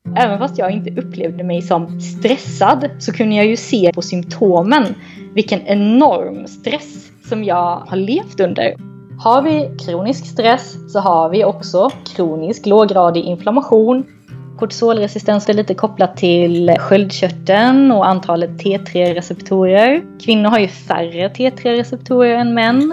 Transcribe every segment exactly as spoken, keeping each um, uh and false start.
Även fast jag inte upplevde mig som stressad så kunde jag ju se på symptomen vilken enorm stress som jag har levt under. Har vi kronisk stress så har vi också kronisk låggradig inflammation. Kortisolresistens är lite kopplat till sköldkörteln och antalet T tre receptorer. Kvinnor har ju färre T tre receptorer än män.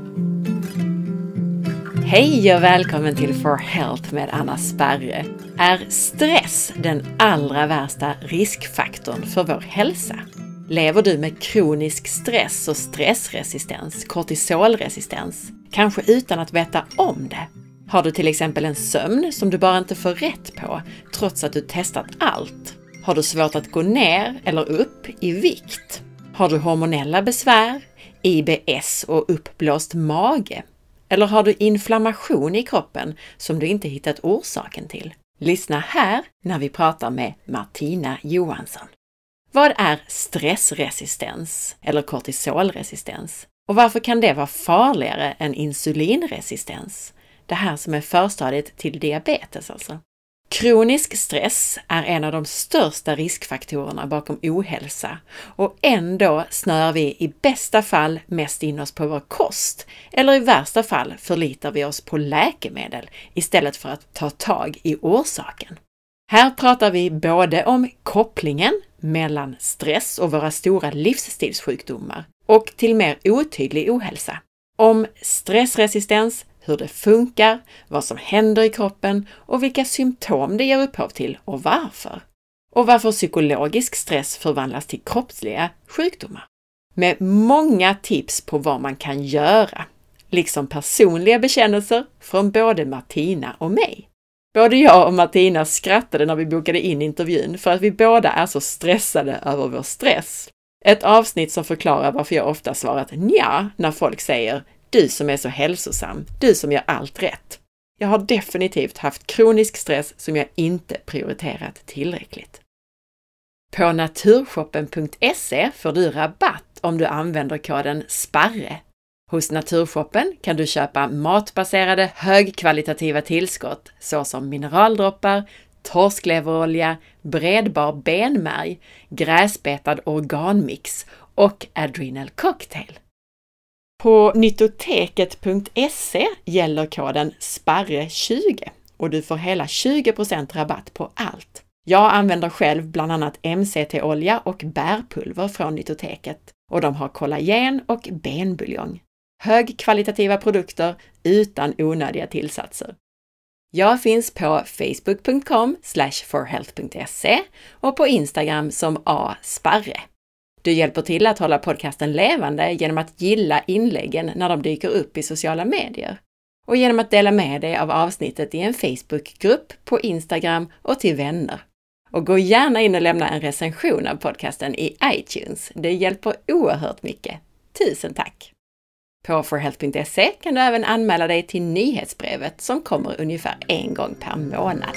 Hej och välkommen till For Health med Anna Sparre. Är stress den allra värsta riskfaktorn för vår hälsa? Lever du med kronisk stress och stressresistens, kortisolresistens, kanske utan att veta om det? Har du till exempel en sömn som du bara inte får rätt på trots att du testat allt? Har du svårt att gå ner eller upp i vikt? Har du hormonella besvär, I B S och uppblåst mage? Eller har du inflammation i kroppen som du inte hittat orsaken till? Lyssna här när vi pratar med Martina Johansson. Vad är stressresistens eller kortisolresistens? Och varför kan det vara farligare än insulinresistens? Det här som är förstadiet till diabetes alltså. Kronisk stress är en av de största riskfaktorerna bakom ohälsa och ändå snör vi i bästa fall mest in oss på vår kost eller i värsta fall förlitar vi oss på läkemedel istället för att ta tag i orsaken. Här pratar vi både om kopplingen mellan stress och våra stora livsstilssjukdomar och till mer otydlig ohälsa. Om stressresistens, hur det funkar, vad som händer i kroppen och vilka symptom det ger upphov till och varför. Och varför psykologisk stress förvandlas till kroppsliga sjukdomar. Med många tips på vad man kan göra, liksom personliga bekännelser från både Martina och mig. Både jag och Martina skrattade när vi bokade in intervjun för att vi båda är så stressade över vår stress. Ett avsnitt som förklarar varför jag ofta svarat nja när folk säger du som är så hälsosam, du som gör allt rätt. Jag har definitivt haft kronisk stress som jag inte prioriterat tillräckligt. På naturshoppen punkt se får du rabatt om du använder koden SPARRE. Hos Naturshoppen kan du köpa matbaserade högkvalitativa tillskott såsom mineraldroppar, torskleverolja, bredbar benmärg, gräsbetad organmix och adrenal cocktail. På nyttoteket punkt se gäller koden sparre tjugo och du får hela tjugo procent rabatt på allt. Jag använder själv bland annat M C T-olja och bärpulver från Nyttoteket och de har kollagen och benbuljong. Högkvalitativa produkter utan onödiga tillsatser. Jag finns på facebook punkt com slash forhealth punkt se och på Instagram som asparre. Du hjälper till att hålla podcasten levande genom att gilla inläggen när de dyker upp i sociala medier och genom att dela med dig av avsnittet i en Facebookgrupp, på Instagram och till vänner. Och gå gärna in och lämna en recension av podcasten i iTunes. Det hjälper oerhört mycket. Tusen tack! På forhealth punkt se kan du även anmäla dig till nyhetsbrevet som kommer ungefär en gång per månad.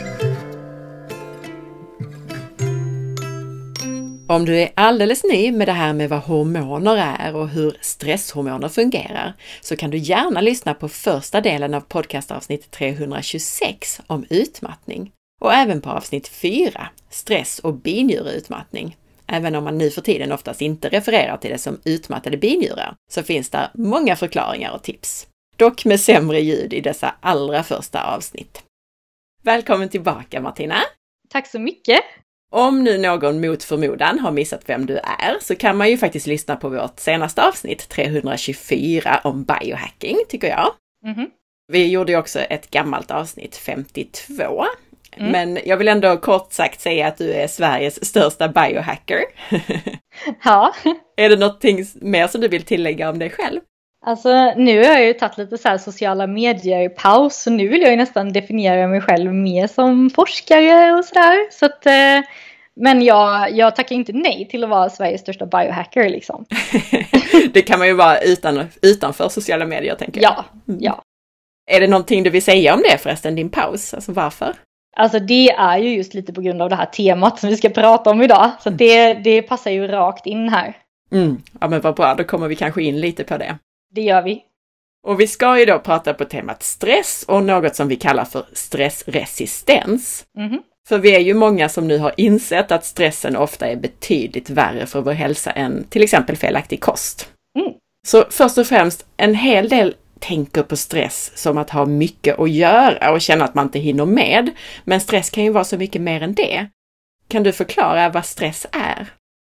Om du är alldeles ny med det här med vad hormoner är och hur stresshormoner fungerar så kan du gärna lyssna på första delen av podcastavsnitt trehundratjugosex om utmattning och även på avsnitt fyra, stress och binjureutmattning. Även om man nu för tiden oftast inte refererar till det som utmattade binjurar så finns där många förklaringar och tips. Dock med sämre ljud i dessa allra första avsnitt. Välkommen tillbaka Martina! Tack så mycket! Om nu någon mot förmodan har missat vem du är så kan man ju faktiskt lyssna på vårt senaste avsnitt trehundratjugofyra om biohacking tycker jag. Mm-hmm. Vi gjorde ju också ett gammalt avsnitt femtiotvå. Mm. Men jag vill ändå kort sagt säga att du är Sveriges största biohacker. Ja. Är det någonting mer som du vill tillägga om dig själv? Alltså nu har jag ju tagit lite så här sociala medier paus så nu vill jag ju nästan definiera mig själv mer som forskare och sådär. Så att, eh, men jag, jag tackar inte nej till att vara Sveriges största biohacker liksom. Det kan man ju vara utan, utanför sociala medier tänker jag. Ja, mm. ja. Är det någonting du vill säga om det förresten, din paus? Alltså varför? Alltså det är ju just lite på grund av det här temat som vi ska prata om idag. Så det, det passar ju rakt in här. Mm. Ja men vad bra, då kommer vi kanske in lite på det. Det gör vi. Och vi ska ju då prata på temat stress och något som vi kallar för stressresistens. Mm-hmm. För vi är ju många som nu har insett att stressen ofta är betydligt värre för vår hälsa än till exempel felaktig kost. Mm. Så först och främst, en hel del tänker på stress som att ha mycket att göra och känna att man inte hinner med. Men stress kan ju vara så mycket mer än det. Kan du förklara vad stress är?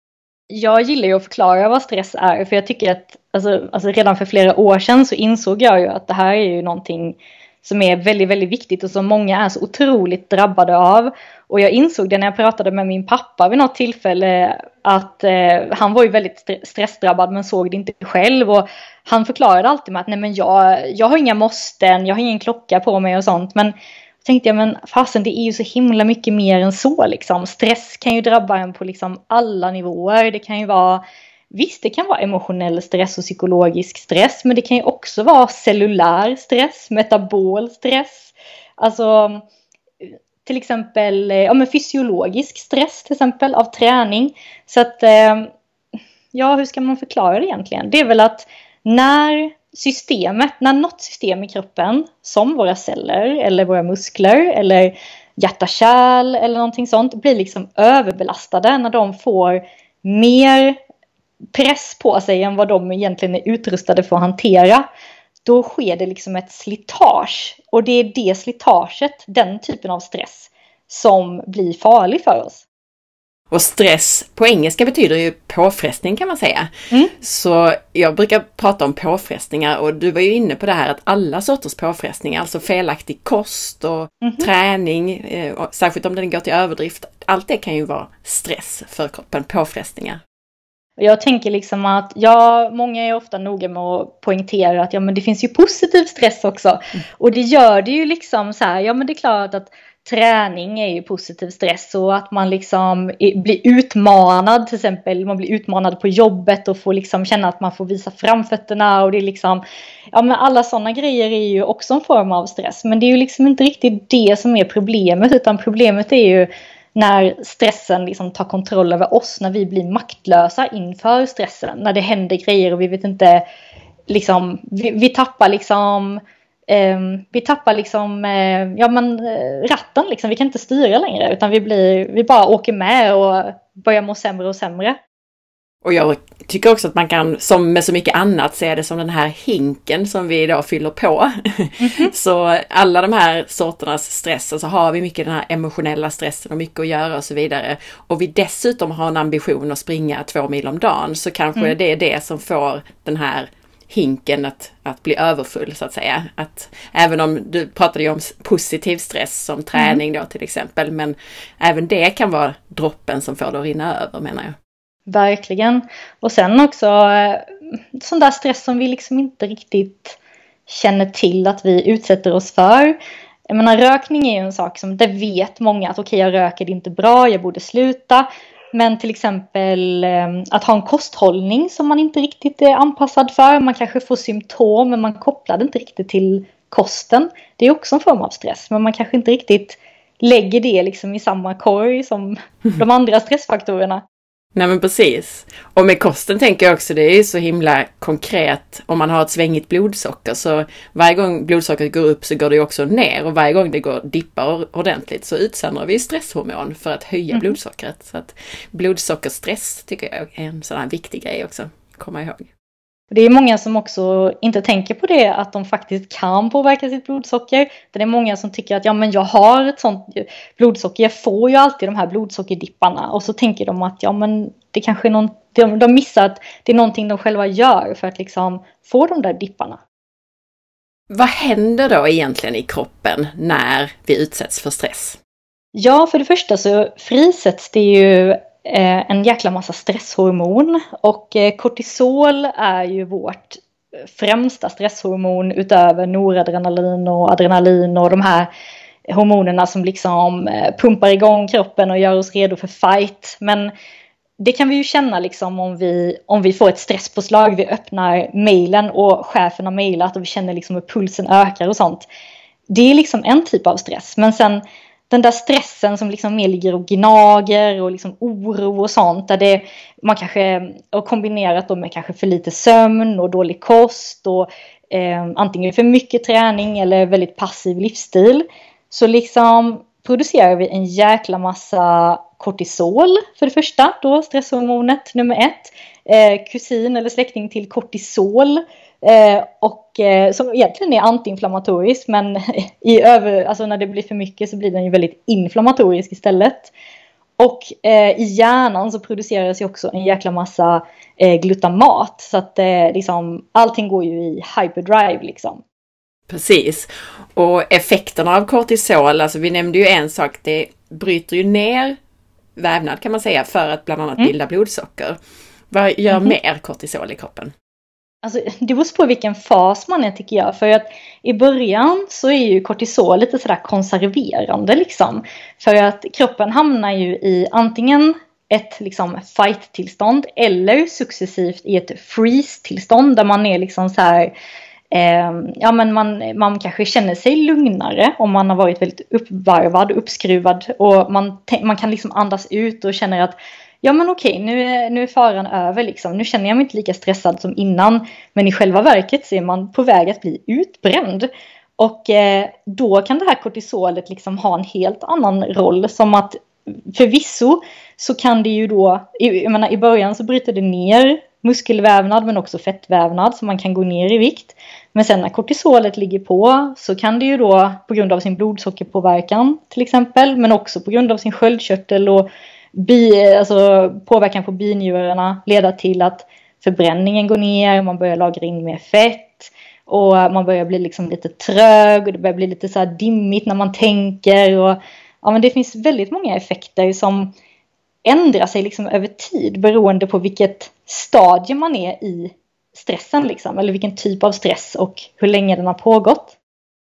Jag gillar ju att förklara vad stress är, för jag tycker att alltså, alltså redan för flera år sedan så insåg jag ju att det här är ju någonting som är väldigt, väldigt viktigt och som många är så otroligt drabbade av. Och jag insåg det när jag pratade med min pappa vid något tillfälle att eh, han var ju väldigt stressdrabbad men såg det inte själv. Och han förklarade alltid med att nej men jag, jag har inga måsten, jag har ingen klocka på mig och sånt. Men tänkte jag, men fasen, det är ju så himla mycket mer än så liksom. Stress kan ju drabba en på liksom alla nivåer. Det kan ju vara, visst det kan vara emotionell stress och psykologisk stress, men det kan ju också vara cellulär stress, metabol stress. Alltså till exempel ja, men fysiologisk stress till exempel av träning. Så att ja, hur ska man förklara det egentligen? Det är väl att när systemet, när något system i kroppen som våra celler eller våra muskler eller hjärta-kärl eller någonting sånt blir liksom överbelastade, när de får mer press på sig än vad de egentligen är utrustade för att hantera, då sker det liksom ett slitage. Och det är det slitaget, den typen av stress, som blir farlig för oss. Och stress på engelska betyder ju påfrestning kan man säga. Mm. Så jag brukar prata om påfrestningar och du var ju inne på det här att alla sorters påfrestningar, alltså felaktig kost och mm. träning, och särskilt om den går till överdrift, allt det kan ju vara stress för kroppen, påfrestningar. Jag tänker liksom att ja, många är ofta noga med att poängtera att ja, men det finns ju positiv stress också. Mm. Och det gör det ju liksom så här, ja men det är klart att träning är ju positiv stress och att man liksom blir utmanad, till exempel man blir utmanad på jobbet och får liksom känna att man får visa framfötterna och det är liksom, ja men alla sådana grejer är ju också en form av stress. Men det är ju liksom inte riktigt det som är problemet, utan problemet är ju när stressen liksom tar kontroll över oss, när vi blir maktlösa inför stressen, när det händer grejer och vi vet inte, liksom, vi, vi tappar liksom Um, vi tappar liksom uh, ja, men, uh, ratten liksom. Vi kan inte styra längre, utan vi, blir, vi bara åker med och börjar må sämre och sämre. Och jag tycker också att man kan, som med så mycket annat, se det som den här hinken som vi idag fyller på. Mm-hmm. Så alla de här sorternas stress, så har vi mycket den här emotionella stressen och mycket att göra och så vidare. Och vi dessutom har en ambition att springa två mil om dagen, så kanske mm. det är det som får den här hinken att, att bli överfull så att säga. Att, även om du pratade ju om positiv stress som träning mm. då till exempel, men även det kan vara droppen som får det att rinna över, menar jag. Verkligen. Och sen också sån där stress som vi liksom inte riktigt känner till att vi utsätter oss för. Jag menar, rökning är ju en sak som det vet många att okej, okay, jag röker, det inte bra, jag borde sluta. Men till exempel att ha en kosthållning som man inte riktigt är anpassad för. Man kanske får symptom men man kopplar det inte riktigt till kosten. Det är också en form av stress, men man kanske inte riktigt lägger det liksom i samma korg som de andra stressfaktorerna. Nej men precis. Och med kosten tänker jag också, det är så himla konkret. Om man har ett svängigt blodsocker, så varje gång blodsockret går upp så går det också ner. Och varje gång det går dippar ordentligt så utsöndrar vi stresshormon för att höja mm. blodsockret. Så att blodsockerstress tycker jag är en sån här viktig grej också, komma ihåg. Det är många som också inte tänker på det, att de faktiskt kan påverka sitt blodsocker. Det är många som tycker att ja, men jag har ett sånt blodsocker, jag får ju alltid de här blodsockerdipparna. Och så tänker de att ja, men det kanske är någon, de, de missar att det är någonting de själva gör för att liksom få de där dipparna. Vad händer då egentligen i kroppen när vi utsätts för stress? Ja, för det första så frisätts det ju en jäkla massa stresshormon, och kortisol är ju vårt främsta stresshormon utöver noradrenalin och adrenalin och de här hormonerna som liksom pumpar igång kroppen och gör oss redo för fight. Men det kan vi ju känna liksom om vi, om vi får ett stresspåslag, vi öppnar mejlen och chefen har mejlat och vi känner liksom hur pulsen ökar och sånt. Det är liksom en typ av stress, men sen den där stressen som liksom mer ligger och gnager och liksom oro och sånt, där det man kanske och kombinerat då med kanske för lite sömn och dålig kost och eh, antingen för mycket träning eller väldigt passiv livsstil, så liksom producerar vi en jäkla massa kortisol för det första, då stresshormonet nummer ett. Eh, kusin eller släkting till kortisol. Eh, och eh, som egentligen är antiinflammatorisk, men i över, alltså när det blir för mycket så blir den ju väldigt inflammatorisk istället. Och eh, i hjärnan så produceras ju också en jäkla massa eh, glutamat. Så att eh, liksom, allting går ju i hyperdrive liksom. Precis. Och effekterna av kortisol, alltså vi nämnde ju en sak, det bryter ju ner vävnad kan man säga för att bland annat mm. bilda blodsocker. Vad gör mm. mer kortisol i kroppen? Alltså, det beror på vilken fas man är tycker jag. För att i början så är ju kortisol lite sådär konserverande liksom. För att kroppen hamnar ju i antingen ett liksom fight-tillstånd eller successivt i ett freeze-tillstånd där man är liksom så här. Eh, ja men man, man kanske känner sig lugnare om man har varit väldigt uppvarvad, uppskruvad och man, man kan liksom andas ut och känner att ja men okej, nu är, nu är faran över liksom. Nu känner jag mig inte lika stressad som innan. Men i själva verket så är man på väg att bli utbränd. Och eh, då kan det här kortisolet liksom ha en helt annan roll. Som att förvisso så kan det ju då, jag menar, i början så bryter det ner muskelvävnad men också fettvävnad så man kan gå ner i vikt. Men sen när kortisolet ligger på så kan det ju då på grund av sin blodsockerpåverkan till exempel. Men också på grund av sin sköldkörtel och Bi, alltså påverkan på binjurarna leder till att förbränningen går ner, man börjar lagra in mer fett och man börjar bli liksom lite trög och det börjar bli lite så här dimmigt när man tänker och ja, men det finns väldigt många effekter som ändrar sig liksom över tid beroende på vilket stadie man är i stressen liksom, eller vilken typ av stress och hur länge den har pågått.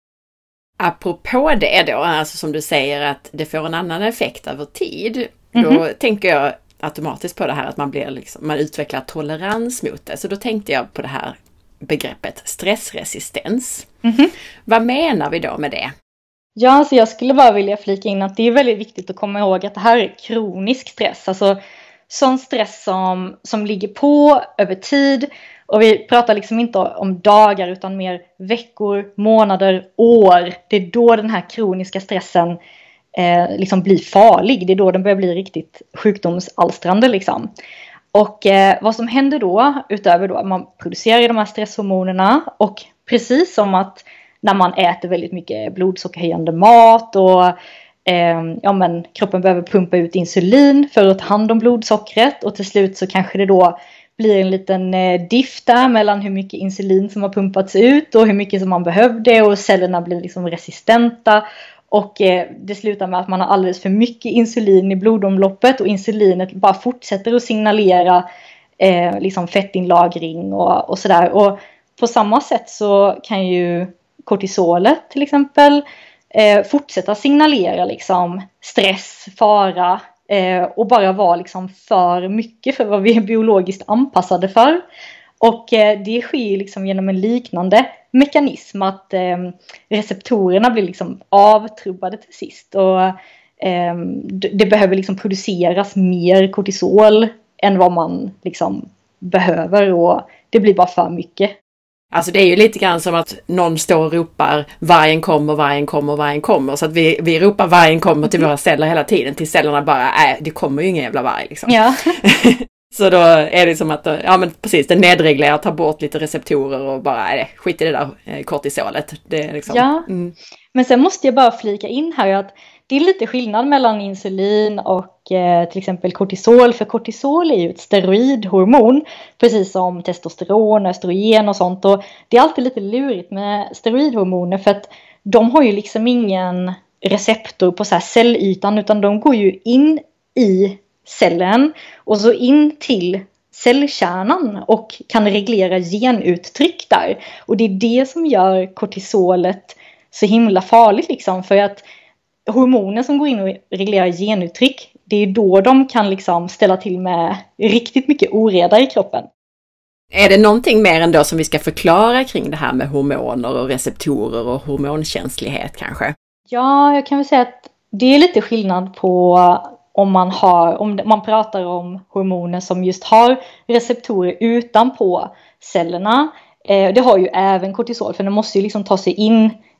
Apropå det då, alltså som du säger att det får en annan effekt över tid. Då mm-hmm. tänker jag automatiskt på det här att man blir liksom, man utvecklar tolerans mot det. Så då tänkte jag på det här begreppet stressresistens. Mm-hmm. Vad menar vi då med det? Ja, alltså jag skulle bara vilja flika in att det är väldigt viktigt att komma ihåg att det här är kronisk stress. Alltså sån stress som, som ligger på över tid. Och vi pratar liksom inte om dagar utan mer veckor, månader, år. Det är då den här kroniska stressen Eh, liksom blir farlig. Det är då den börjar bli riktigt sjukdomsalstrande liksom. Och eh, vad som händer då utöver då att man producerar de här stresshormonerna och precis som att när man äter väldigt mycket blodsockerhöjande mat och eh, ja, men kroppen behöver pumpa ut insulin för att ta hand om blodsockret och till slut så kanske det då blir en liten eh, diff där mellan hur mycket insulin som har pumpats ut och hur mycket som man behövde och cellerna blir liksom resistenta. Och eh, det slutar med att man har alldeles för mycket insulin i blodomloppet och insulinet bara fortsätter att signalera eh, liksom fettinlagring och, och sådär. Och på samma sätt så kan ju kortisolet till exempel eh, fortsätta signalera liksom stress, fara eh, och bara vara liksom för mycket för vad vi är biologiskt anpassade för. Och eh, det sker liksom genom en liknande mekanism att eh, receptorerna blir liksom avtrubbade till sist. Och eh, det behöver liksom produceras mer kortisol än vad man liksom behöver och det blir bara för mycket. Alltså det är ju lite grann som att någon står och ropar vargen kommer, vargen kommer, vargen kommer. Så att vi, vi ropar vargen kommer till våra celler hela tiden till cellerna bara, nej det kommer ju ingen jävla varg liksom. Ja. Så då är det som att, ja men precis, den nedreglerar, tar bort lite receptorer och bara, nej, skit i det där kortisolet. Det är liksom, ja, mm. Men sen måste jag bara flika in här att det är lite skillnad mellan insulin och eh, till exempel kortisol. För kortisol är ju ett steroidhormon, precis som testosteron, östrogen och sånt. Och det är alltid lite lurigt med steroidhormoner för att de har ju liksom ingen receptor på så här cellytan utan de går ju in i cellen och så in till cellkärnan och kan reglera genuttryck där. Och det är det som gör kortisolet så himla farligt liksom, för att hormoner som går in och reglerar genuttryck, det är då de kan liksom ställa till med riktigt mycket oreda i kroppen. Är det någonting mer ändå som vi ska förklara kring det här med hormoner och receptorer och hormonkänslighet kanske? Ja, jag kan väl säga att det är lite skillnad på om man har, om man pratar om hormoner som just har receptorer utanpå cellerna. Eh, det har ju även kortisol, för det måste ju liksom ta sig in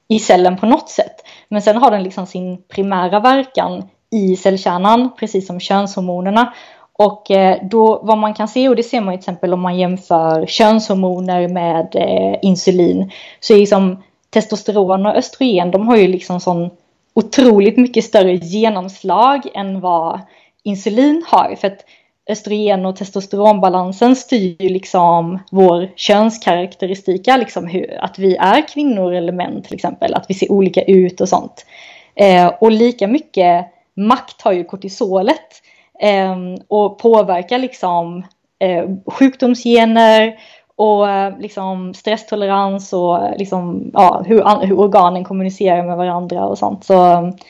i cellen på något sätt. Men sen har den liksom sin primära verkan i cellkärnan, precis som könshormonerna. Och då vad man kan se, och det ser man till exempel om man jämför könshormoner med eh, insulin, så är liksom testosteron och östrogen, de har ju liksom sån otroligt mycket större genomslag än vad insulin har. För att östrogen och testosteronbalansen styr ju liksom vår könskaraktäristika, liksom hur, att vi är kvinnor eller män till exempel, att vi ser olika ut och sånt. Eh, och lika mycket makt har ju kortisolet eh, och påverkar liksom eh, sjukdomsgener och eh, liksom stresstolerans och liksom, ja, hur, hur organen kommunicerar med varandra och sånt. Så,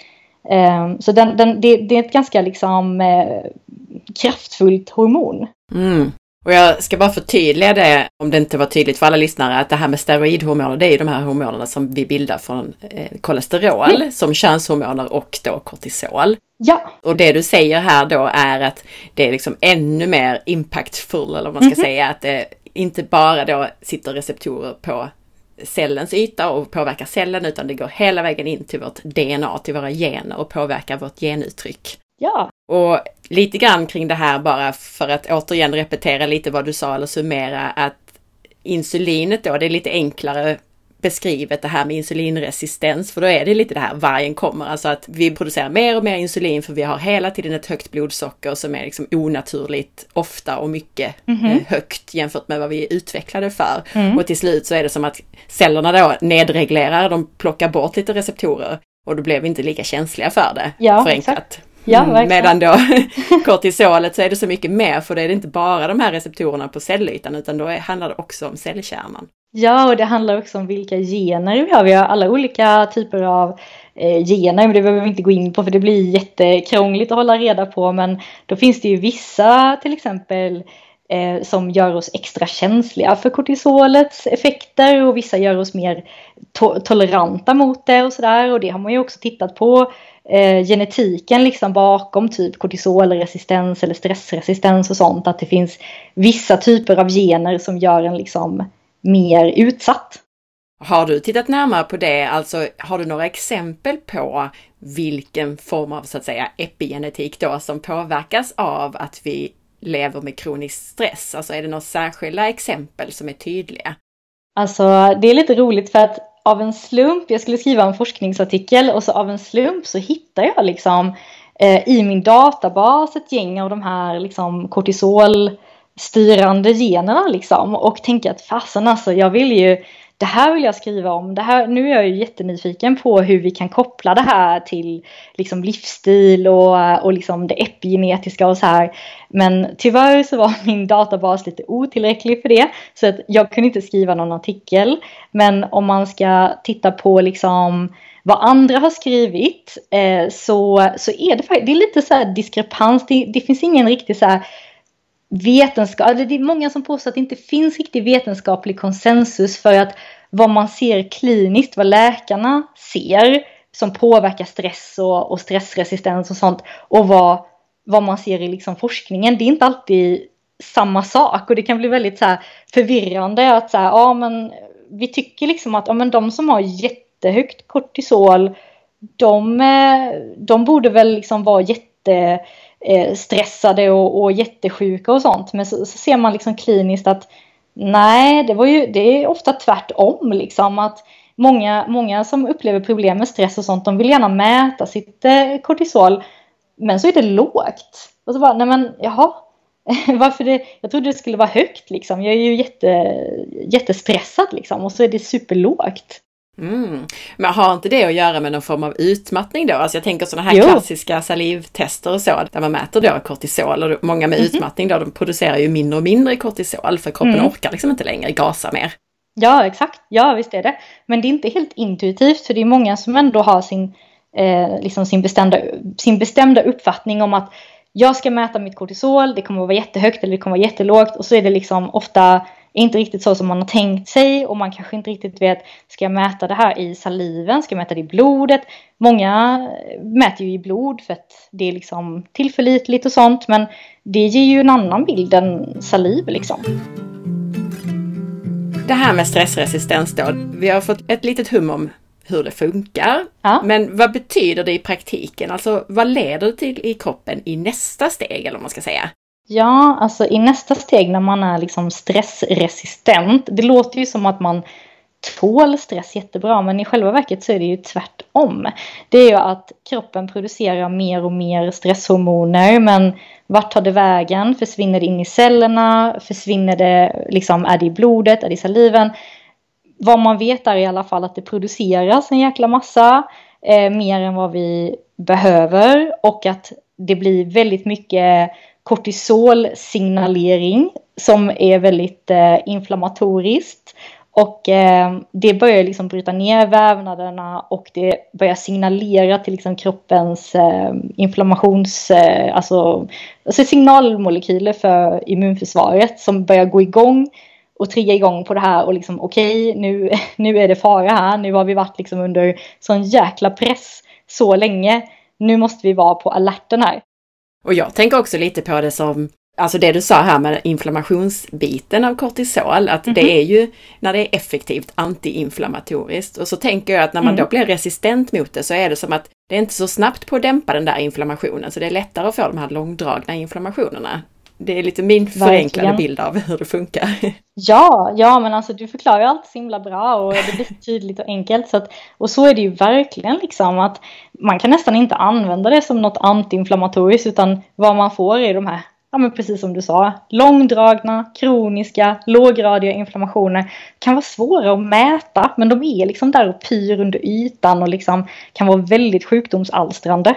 eh, så den, den, det, det är ett ganska liksom eh, kraftfullt hormon. Mm. Och jag ska bara förtydliga det, om det inte var tydligt för alla lyssnare, att det här med steroidhormoner, det är ju de här hormonerna som vi bildar från eh, kolesterol, mm. som könshormoner och då kortisol. Ja. Och det du säger här då är att det är liksom ännu mer impactful, eller vad man ska mm-hmm. säga, att det inte bara då sitter receptorer på cellens yta och påverkar cellen, utan det går hela vägen in till vårt D N A, till våra gener och påverkar vårt genuttryck. Ja. Och lite grann kring det här, bara för att återigen repetera lite vad du sa eller summera, att insulinet då, det är lite enklare beskrivet det här med insulinresistens, för då är det lite det här vargen kommer, alltså att vi producerar mer och mer insulin för vi har hela tiden ett högt blodsocker som är liksom onaturligt ofta och mycket mm-hmm. högt jämfört med vad vi är utvecklade för. Mm. Och till slut så är det som att cellerna då nedreglerar, de plockar bort lite receptorer och då blir vi inte lika känsliga för det, ja, förenklat. Exakt. Ja, mm, medan då kortisolet så är det så mycket mer, för det är inte bara de här receptorerna på cellytan, utan då är, handlar det också om cellkärnan. Ja, och det handlar också om vilka gener vi har. Vi har alla olika typer av eh, gener, men det behöver vi inte gå in på för det blir jättekrångligt att hålla reda på. Men då finns det ju vissa till exempel eh, som gör oss extra känsliga för kortisolets effekter, och vissa gör oss mer to- toleranta mot det och sådär. Och det har man ju också tittat på. Eh, genetiken liksom bakom typ kortisolresistens eller stressresistens och sånt, att det finns vissa typer av gener som gör en liksom mer utsatt. Har du tittat närmare på det? Alltså, har du några exempel på vilken form av så att säga epigenetik då som påverkas av att vi lever med kronisk stress? Alltså är det några särskilda exempel som är tydliga? Alltså det är lite roligt för att av en slump, jag skulle skriva en forskningsartikel och så av en slump så hittar jag liksom eh, i min databas ett gäng av de här liksom kortisolstyrande generna liksom, och tänker att fasen alltså, jag vill ju, det här vill jag skriva om. Det här, nu är jag ju jättenyfiken på hur vi kan koppla det här till liksom livsstil och, och liksom det epigenetiska och så här. Men tyvärr så var min databas lite otillräcklig för det. Så att jag kunde inte skriva någon artikel. Men om man ska titta på liksom vad andra har skrivit eh, så, så är det faktiskt, det är lite så här diskrepans. Det, det finns ingen riktig så här vetenskap, det är många som påstår att det inte finns riktig vetenskaplig konsensus för att vad man ser kliniskt, vad läkarna ser som påverkar stress och, och stressresistens och sånt, och vad, vad man ser i liksom forskningen, det är inte alltid samma sak, och det kan bli väldigt så här förvirrande att så här, ja men vi tycker liksom att ja, men de som har jättehögt kortisol, de, de borde väl liksom vara jätte stressade och, och jättesjuka och sånt. Men så, så ser man liksom kliniskt att nej, det var ju, det är ofta tvärtom liksom, att många, många som upplever problem med stress och sånt, de vill gärna mäta sitt eh, kortisol, men så är det lågt. Och så bara, nej men jaha, varför det, jag trodde det skulle vara högt liksom, jag är ju jätte, jättestressad liksom, och så är det superlågt. Mm. Men har inte det att göra med någon form av utmattning då? Alltså jag tänker sådana här jo. klassiska salivtester och så, där man mäter då kortisol, och många med mm-hmm. utmattning då, de producerar ju mindre och mindre kortisol för kroppen mm. orkar liksom inte längre gasa mer. Ja, exakt. Ja, visst är det. Men det är inte helt intuitivt, för det är många som ändå har sin, eh, liksom sin, bestämda, sin bestämda uppfattning om att jag ska mäta mitt kortisol, det kommer att vara jättehögt eller det kommer att vara jättelågt, och så är det liksom ofta inte riktigt så som man har tänkt sig, och man kanske inte riktigt vet, ska jag mäta det här i saliven, ska jag mäta det i blodet? Många mäter ju i blod för att det är liksom tillförlitligt och sånt, men det ger ju en annan bild än saliv liksom. Det här med stressresistens då, vi har fått ett litet hum om hur det funkar. Ja. Men vad betyder det i praktiken? Alltså vad leder det till i kroppen i nästa steg, eller vad man ska säga? Ja, alltså i nästa steg när man är liksom stressresistent. Det låter ju som att man tål stress jättebra, men i själva verket så är det ju tvärtom. Det är ju att kroppen producerar mer och mer stresshormoner, men vart tar det vägen? Försvinner det in i cellerna? Försvinner det, liksom, är det i blodet? Är det i saliven? Vad man vet är i alla fall att det produceras en jäkla massa, eh, mer än vad vi behöver, och att det blir väldigt mycket kortisolsignalering som är väldigt eh, inflammatoriskt. Och eh, det börjar liksom bryta ner vävnaderna, och det börjar signalera till liksom kroppens eh, inflammations, eh, alltså, alltså signalmolekyler för immunförsvaret som börjar gå igång och trigga igång på det här. Och liksom okej, okay, nu, nu är det fara här. Nu har vi varit liksom under sån jäkla press så länge. Nu måste vi vara på alerten här. Och jag tänker också lite på det som, alltså det du sa här med inflammationsbiten av kortisol, att mm-hmm. det är ju när det är effektivt antiinflammatoriskt. Och så tänker jag att när man mm. då blir resistent mot det, så är det som att det är inte så snabbt på att dämpa den där inflammationen. Så det är lättare att få de här långdragna inflammationerna. Det är lite min förenklade Verkligen. bild av hur det funkar. Ja, ja, men alltså du förklarar ju allt så himla bra, och det blir tydligt och enkelt. Så att, och så är det ju verkligen liksom att man kan nästan inte använda det som något antiinflammatoriskt, utan vad man får är de här, ja men precis som du sa, långdragna, kroniska, låggradiga inflammationer. Kan vara svåra att mäta, men de är liksom där och pyr under ytan och liksom kan vara väldigt sjukdomsalstrande.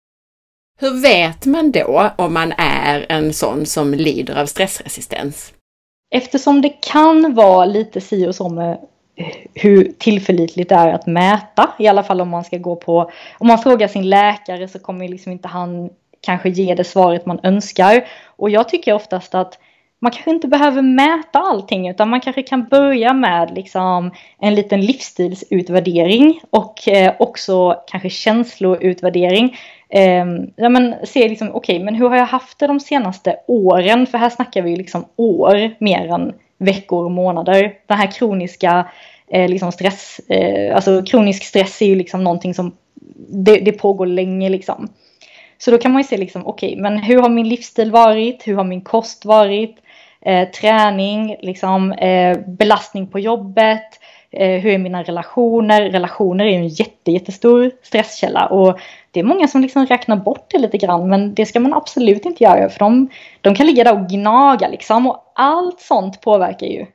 Hur vet man då om man är en sån som lider av stressresistens? Eftersom det kan vara lite si och så med hur tillförlitligt det är att mäta, i alla fall om man ska gå på, om man frågar sin läkare så kommer liksom inte han kanske ge det svaret man önskar. Och jag tycker oftast att man kanske inte behöver mäta allting, utan man kanske kan börja med liksom en liten livsstilsutvärdering och eh, också kanske känsloutvärdering. Eh, ja, men se liksom, okej, okay, men hur har jag haft det de senaste åren? För här snackar vi liksom år mer än veckor och månader. Den här kroniska eh, liksom stress, eh, alltså kronisk stress är ju liksom någonting som det, det pågår länge liksom. Så då kan man ju se liksom, okej, okay, men hur har min livsstil varit? Hur har min kost varit? Eh, träning, liksom, eh, belastning på jobbet. Eh, hur är mina relationer? Relationer är ju en jätte, jättestor stresskälla. Och det är många som liksom räknar bort det lite grann. Men det ska man absolut inte göra. För de, de kan ligga där och gnaga liksom. Och allt sånt påverkar ju.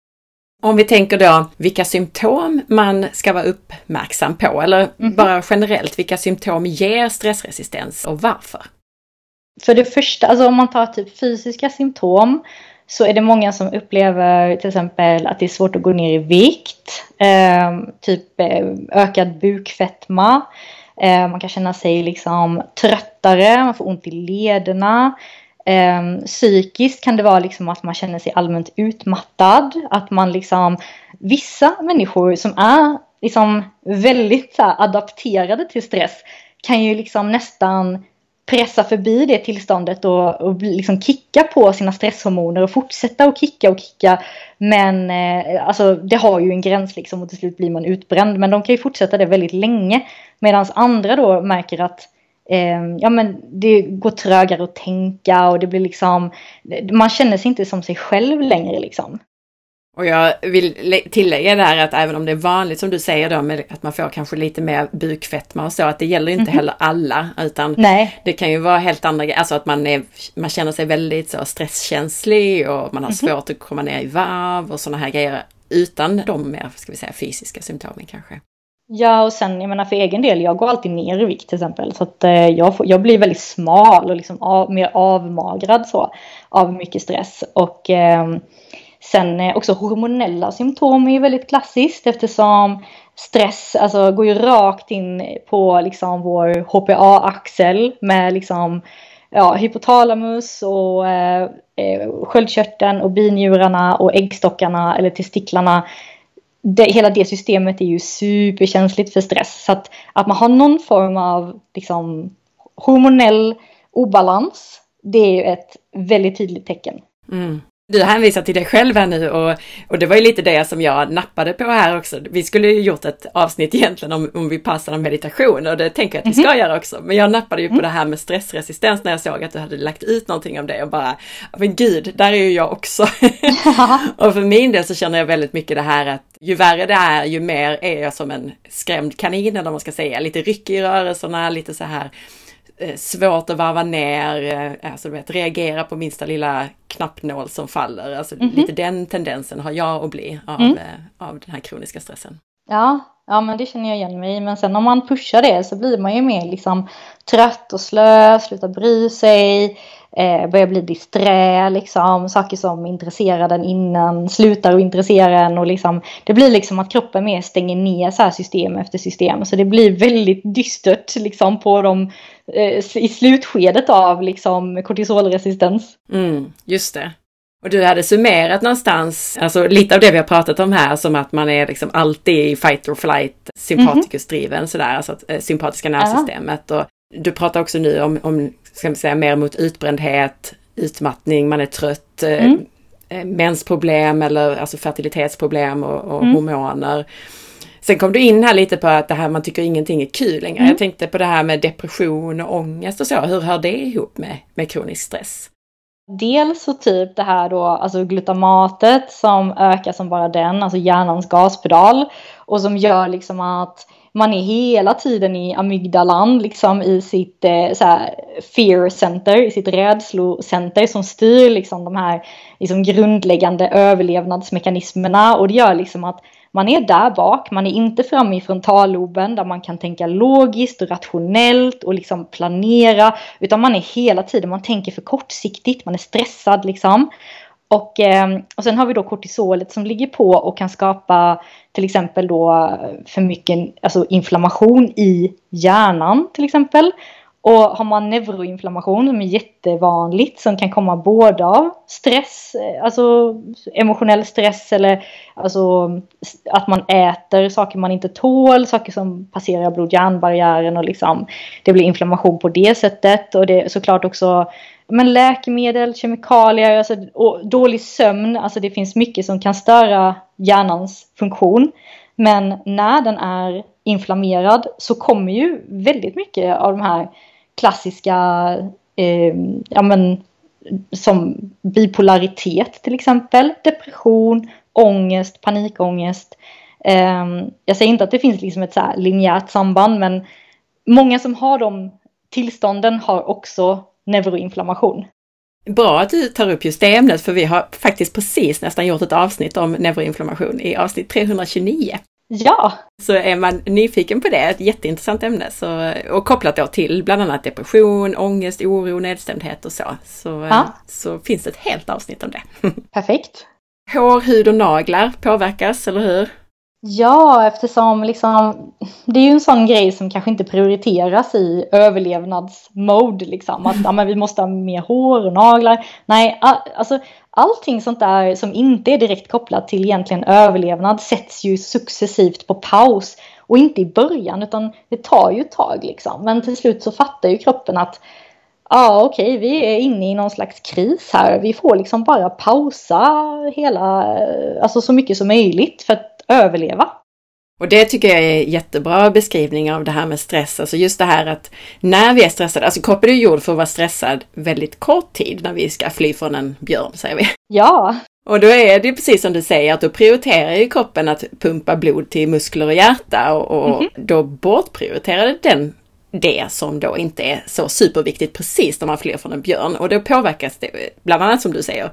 Om vi tänker då vilka symptom man ska vara uppmärksam på, eller mm-hmm. bara generellt, vilka symptom ger stressresistens och varför? För det första, alltså om man tar typ fysiska symptom, så är det många som upplever till exempel att det är svårt att gå ner i vikt, eh, typ eh, ökad bukfetma, eh, man kan känna sig liksom tröttare, man får ont i lederna. Eh, psykiskt kan det vara liksom att man känner sig allmänt utmattad, att man liksom, vissa människor som är liksom väldigt så här, adapterade till stress kan ju liksom nästan pressa förbi det tillståndet och, och liksom kicka på sina stresshormoner och fortsätta att kicka och kicka, men eh, alltså det har ju en gräns liksom, och till slut blir man utbränd, men de kan ju fortsätta det väldigt länge, medan andra då märker att Eh, ja, men det går trögare att tänka och det blir liksom, man känner sig inte som sig själv längre liksom. Och jag vill tillägga där att även om det är vanligt som du säger då med att man får kanske lite mer bukfetma och så, att det gäller inte mm-hmm. heller alla, utan Nej. det kan ju vara helt andra grejer, alltså att man, är, man känner sig väldigt så stresskänslig och man har mm-hmm. svårt att komma ner i varv och sådana här grejer utan de mer, ska vi säga, fysiska symptomen kanske. Ja, och sen, jag menar för egen del, jag går alltid ner i vikt till exempel. Så att eh, jag, får, jag blir väldigt smal och liksom av, mer avmagrad så, av mycket stress. Och eh, sen eh, också hormonella symptom är ju väldigt klassiskt, eftersom stress alltså, går ju rakt in på liksom vår H P A-axel med liksom, ja, hypotalamus och eh, sköldkörteln och binjurarna och äggstockarna eller testiklarna. Det, hela det systemet är ju superkänsligt för stress. Så att, att man har någon form av liksom, hormonell obalans, det är ju ett väldigt tydligt tecken. Mm. Du hänvisar till dig själv här nu och, och det var ju lite det som jag nappade på här också. Vi skulle ju gjort ett avsnitt egentligen om, om vi passar om meditation och det tänker jag att vi ska mm-hmm. göra också. Men jag nappade ju mm. på det här med stressresistens när jag såg att du hade lagt ut någonting om det och bara, men gud, där är ju jag också. Och för min del så känner jag väldigt mycket det här att ju värre det är, ju mer är jag som en skrämd kanin eller vad man ska säga. Lite ryckig i rörelserna, lite så här svårt att varva ner, alltså du vet, reagera på minsta lilla knappnål som faller. Alltså mm-hmm. lite den tendensen har jag att bli av, mm. av den här kroniska stressen. Ja, ja, men det känner jag igen mig. Men sen om man pushar det så blir man ju mer liksom trött och slö, slutar bry sig, eh, börjar bli disträ, liksom, saker som intresserar den innan slutar att intressera en och liksom, det blir liksom att kroppen mer stänger ner så här system efter system. Så det blir väldigt dystert liksom på de eh, i slutskedet av liksom kortisolresistens. Mm, just det. Och du hade summerat någonstans, alltså lite av det vi har pratat om här, som att man är liksom alltid i fight or flight, sympatikusdriven, mm-hmm. sådär, alltså äh, sympatiska nervsystemet. Och du pratar också nu om, om ska man säga, mer mot utbrändhet, utmattning, man är trött, mm. äh, mensproblem eller alltså fertilitetsproblem och, och mm. hormoner. Sen kom du in här lite på att det här man tycker ingenting är kul längre. Mm. Jag tänkte på det här med depression och ångest och så. Hur hör det ihop med, med kronisk stress? Dels så typ det här då, alltså glutamatet som ökar som bara den, alltså hjärnans gaspedal, och som gör liksom att man är hela tiden i amygdalan, liksom i sitt eh, så här, fear center, i sitt rädslocenter som styr liksom de här liksom grundläggande överlevnadsmekanismerna, och det gör liksom att man är där bak, man är inte framme i frontalloben där man kan tänka logiskt och rationellt och liksom planera, utan man är hela tiden, man tänker för kortsiktigt, man är stressad liksom. Och, eh, och sen har vi då kortisolet som ligger på och kan skapa till exempel då för mycket alltså inflammation i hjärnan till exempel. Och har man neuroinflammation som är jättevanligt, som kan komma både av stress, alltså emotionell stress, eller alltså att man äter saker man inte tål, saker som passerar blod-hjärnbarriären och liksom det blir inflammation på det sättet. Och det är såklart också men läkemedel, kemikalier, alltså, och dålig sömn, alltså det finns mycket som kan störa hjärnans funktion. Men när den är inflammerad så kommer ju väldigt mycket av de här klassiska eh, ja, men, som bipolaritet till exempel, depression, ångest, panikångest. Eh, jag säger inte att det finns liksom ett så här linjärt samband, men många som har de tillstånden har också neuroinflammation. Bra att du tar upp just det ämnet, för vi har faktiskt precis nästan gjort ett avsnitt om neuroinflammation i avsnitt trehundratjugonio. Ja! Så är man nyfiken på det, ett jätteintressant ämne, så, och kopplat då till bland annat depression, ångest, oro, nedstämdhet och så, så, ja. Så finns det ett helt avsnitt om det. Perfekt. Hår, hud och naglar påverkas, eller hur? Ja, eftersom liksom, det är ju en sån grej som kanske inte prioriteras i överlevnadsmode. Liksom. Att ja, men vi måste ha mer hår och naglar. Nej, all, alltså, allting sånt där som inte är direkt kopplat till egentligen överlevnad sätts ju successivt på paus. Och inte i början, utan det tar ju ett tag. Liksom. Men till slut så fattar ju kroppen att ja, okej, vi är inne i någon slags kris här. Vi får liksom bara pausa hela, alltså så mycket som möjligt för att överleva. Och det tycker jag är jättebra beskrivning av det här med stress. Alltså just det här att när vi är stressade, alltså kroppen är gjord för att vara stressad väldigt kort tid när vi ska fly från en björn, säger vi. Ja. Och då är det precis som du säger, att då prioriterar ju kroppen att pumpa blod till muskler och hjärta, och, och mm-hmm. då bortprioriterar den det som då inte är så superviktigt precis när man flyr från en björn. Och då påverkas det bland annat som du säger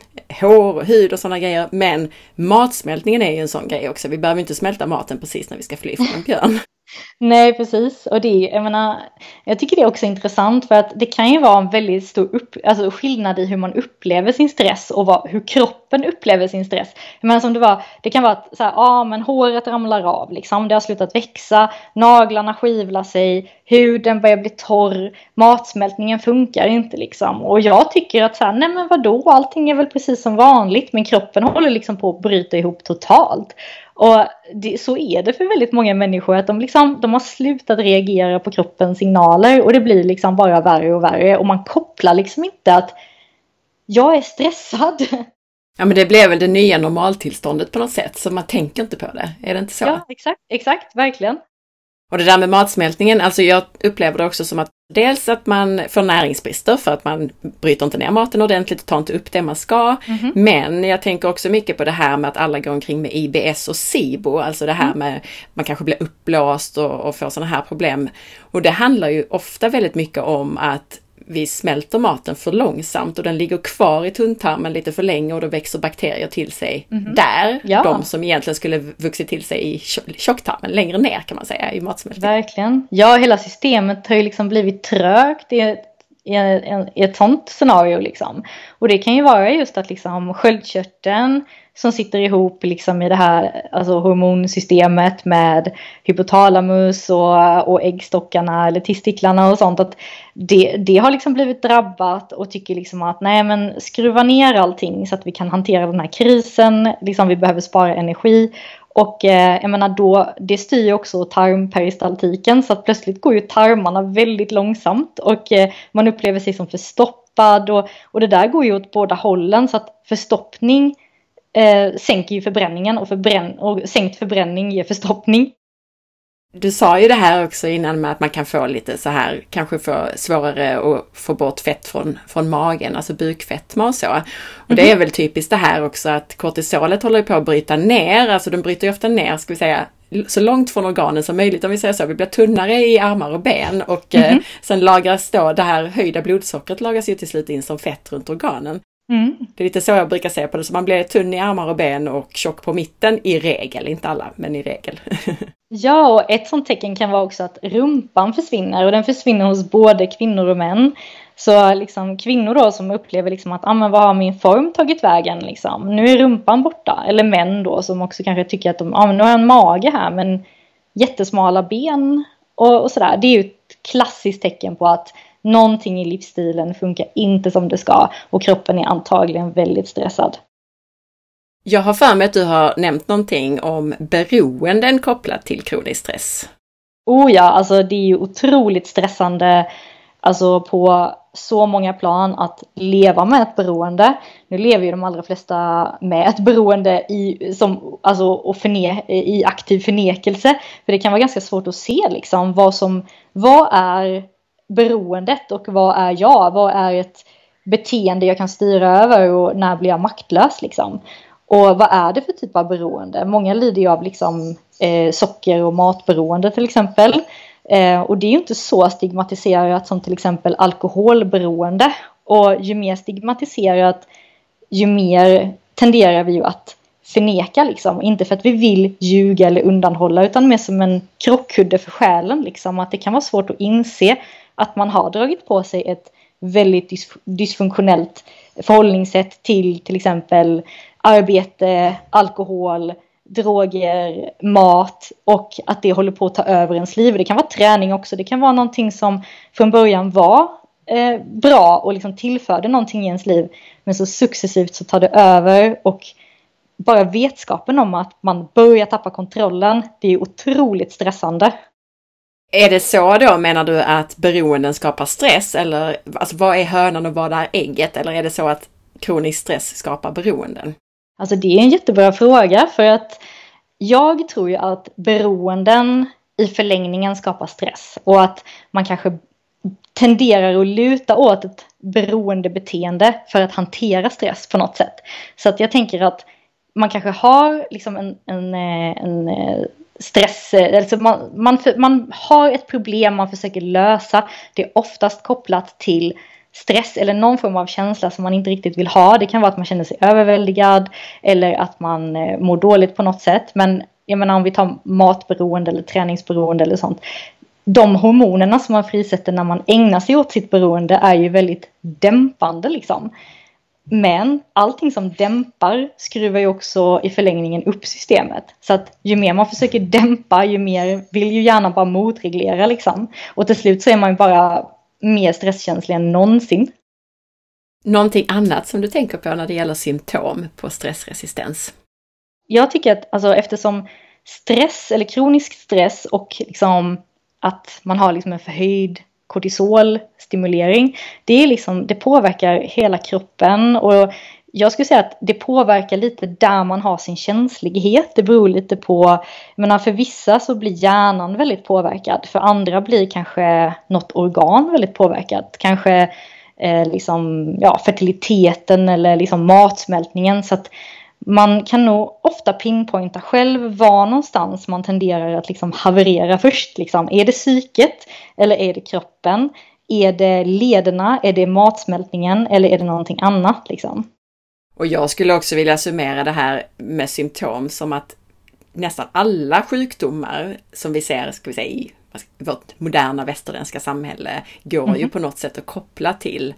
hår och hud och sådana grejer, men matsmältningen är ju en sån grej också. Vi behöver inte smälta maten precis när vi ska fly från en björn. Nej, precis. Och det, jag menar, jag tycker det är också intressant för att det kan ju vara en väldigt stor upp, alltså skillnad i hur man upplever sin stress och vad, hur kroppen upplever sin stress. Jag menar, som det var, det kan vara att så här, ah, men håret ramlar av, liksom, det har slutat växa, naglarna skivlar sig, huden börjar bli torr, matsmältningen funkar inte liksom. Och jag tycker att så här, nej men vadå, allting är väl precis som vanligt, men kroppen håller liksom på att bryta ihop totalt. Och det, så är det för väldigt många människor, att de, liksom, de har slutat reagera på kroppens signaler, och det blir liksom bara värre och värre, och man kopplar liksom inte att jag är stressad Ja, men det blev väl det nya normaltillståndet på något sätt, så man tänker inte på det. Är det inte så? Ja, exakt, exakt, verkligen. Och det där med matsmältningen, alltså jag upplever det också som att dels att man får näringsbrister för att man bryter inte ner maten ordentligt och tar inte upp det man ska. Mm-hmm. Men jag tänker också mycket på det här med att alla går omkring med I B S och SIBO, alltså det här mm. med man kanske blir uppblåst och, och får sådana här problem. Och det handlar ju ofta väldigt mycket om att vi smälter maten för långsamt och den ligger kvar i tunntarmen lite för länge och då växer bakterier till sig mm-hmm. där. Ja. De som egentligen skulle vuxit till sig i tjocktarmen, längre ner kan man säga i matsmältningen. Verkligen. Ja, hela systemet har ju liksom blivit trögt i ett, i ett, i ett sånt scenario liksom. Och det kan ju vara just att liksom sköldkörteln som sitter ihop liksom i det här alltså hormonsystemet med hypotalamus och, och äggstockarna eller testiklarna och sånt, att det, det har liksom blivit drabbat och tycker liksom att nej men skruva ner allting så att vi kan hantera den här krisen, liksom vi behöver spara energi. Och eh, jag menar då, det styr också tarmperistaltiken, så att plötsligt går ju tarmarna väldigt långsamt och eh, man upplever sig som förstoppad och, och det där går ju åt båda hållen, så att förstoppning eh, sänker ju förbränningen och, förbrän- och sänkt förbränning ger förstoppning. Du sa ju det här också innan med att man kan få lite så här, kanske få svårare att få bort fett från, från magen, alltså bukfetma och så. Och mm-hmm. det är väl typiskt det här också att kortisolet håller på att bryta ner, alltså de bryter ju ofta ner, ska vi säga, så långt från organen som möjligt, om vi säger så. Vi blir tunnare i armar och ben och mm-hmm. eh, sen lagras då det här höjda blodsockret lagras ju till slut in som fett runt organen. Mm. Det är lite så jag brukar se på det, så man blir tunn i armar och ben och tjock på mitten i regel, inte alla, men i regel. Ja, och ett sånt tecken kan vara också att rumpan försvinner, och den försvinner hos både kvinnor och män. Så liksom kvinnor då som upplever liksom att ah, men vad har min form tagit vägen liksom? Nu är rumpan borta. Eller män då som också kanske tycker att de, ah, men nu har jag en mage här men jättesmala ben och, och sådär. Det är ju ett klassiskt tecken på att någonting i livsstilen funkar inte som det ska och kroppen är antagligen väldigt stressad. Jag har för mig att du har nämnt någonting om beroenden kopplat till kronisk stress. Oh ja, alltså det är ju otroligt stressande alltså på så många plan att leva med ett beroende. Nu lever ju de allra flesta med ett beroende i, som, alltså, och förne, i aktiv förnekelse. För det kan vara ganska svårt att se liksom, vad, som, vad är beroendet och vad är jag? Vad är ett beteende jag kan styra över och när blir jag maktlös liksom? Och vad är det för typ av beroende? Många lider ju av liksom, eh, socker- och matberoende till exempel. Eh, och det är ju inte så stigmatiserat som till exempel alkoholberoende. Och ju mer stigmatiserat, ju mer tenderar vi ju att förneka liksom. Inte för att vi vill ljuga eller undanhålla, utan mer som en krockkudde för själen liksom. Att det kan vara svårt att inse att man har dragit på sig ett väldigt dys- dysfunktionellt förhållningssätt till till exempel arbete, alkohol, droger, mat, och att det håller på att ta över ens liv. Det kan vara träning också. Det kan vara någonting som från början var eh, bra och liksom tillförde någonting i ens liv. Men så successivt så tar det över, och bara vetskapen om att man börjar tappa kontrollen, det är otroligt stressande. Är det så då, menar du, att beroenden skapar stress? Eller alltså, vad är hönan och vad är ägget? Eller är det så att kronisk stress skapar beroenden? Alltså det är en jättebra fråga, för att jag tror ju att beroenden i förlängningen skapar stress. Och att man kanske tenderar att luta åt ett beroendebeteende för att hantera stress på något sätt. Så att jag tänker att man kanske har liksom en, en, en stress, alltså man, man, man har ett problem man försöker lösa. Det är oftast kopplat till stress eller någon form av känsla som man inte riktigt vill ha. Det kan vara att man känner sig överväldigad eller att man mår dåligt på något sätt. Men jag menar, om vi tar matberoende eller träningsberoende eller sånt. De hormonerna som man frisätter när man ägnar sig åt sitt beroende är ju väldigt dämpande liksom. Men allting som dämpar skruvar ju också i förlängningen upp systemet. Så att ju mer man försöker dämpa, ju mer vill ju gärna bara motreglera liksom. Och till slut så är man ju bara mer stresskänslig än någonsin. Någonting annat som du tänker på när det gäller symptom på stressresistens? Jag tycker att alltså, eftersom stress eller kronisk stress och liksom att man har liksom en förhöjd kortisolstimulering, det är liksom, det påverkar hela kroppen, och Jag skulle säga att det påverkar lite där man har sin känslighet. Det beror lite på, jag menar, för vissa så blir hjärnan väldigt påverkad. För andra blir kanske något organ väldigt påverkat. Kanske eh, liksom, ja, fertiliteten eller liksom matsmältningen. Så att man kan nog ofta pinpointa själv var någonstans man tenderar att liksom haverera först. Liksom. Är det psyket eller är det kroppen? Är det lederna? Är det matsmältningen? Eller är det någonting annat? Liksom? Och jag skulle också vilja summera det här med symptom som att nästan alla sjukdomar som vi ser, ska vi säga, i vårt moderna västerländska samhälle går mm. ju på något sätt att koppla till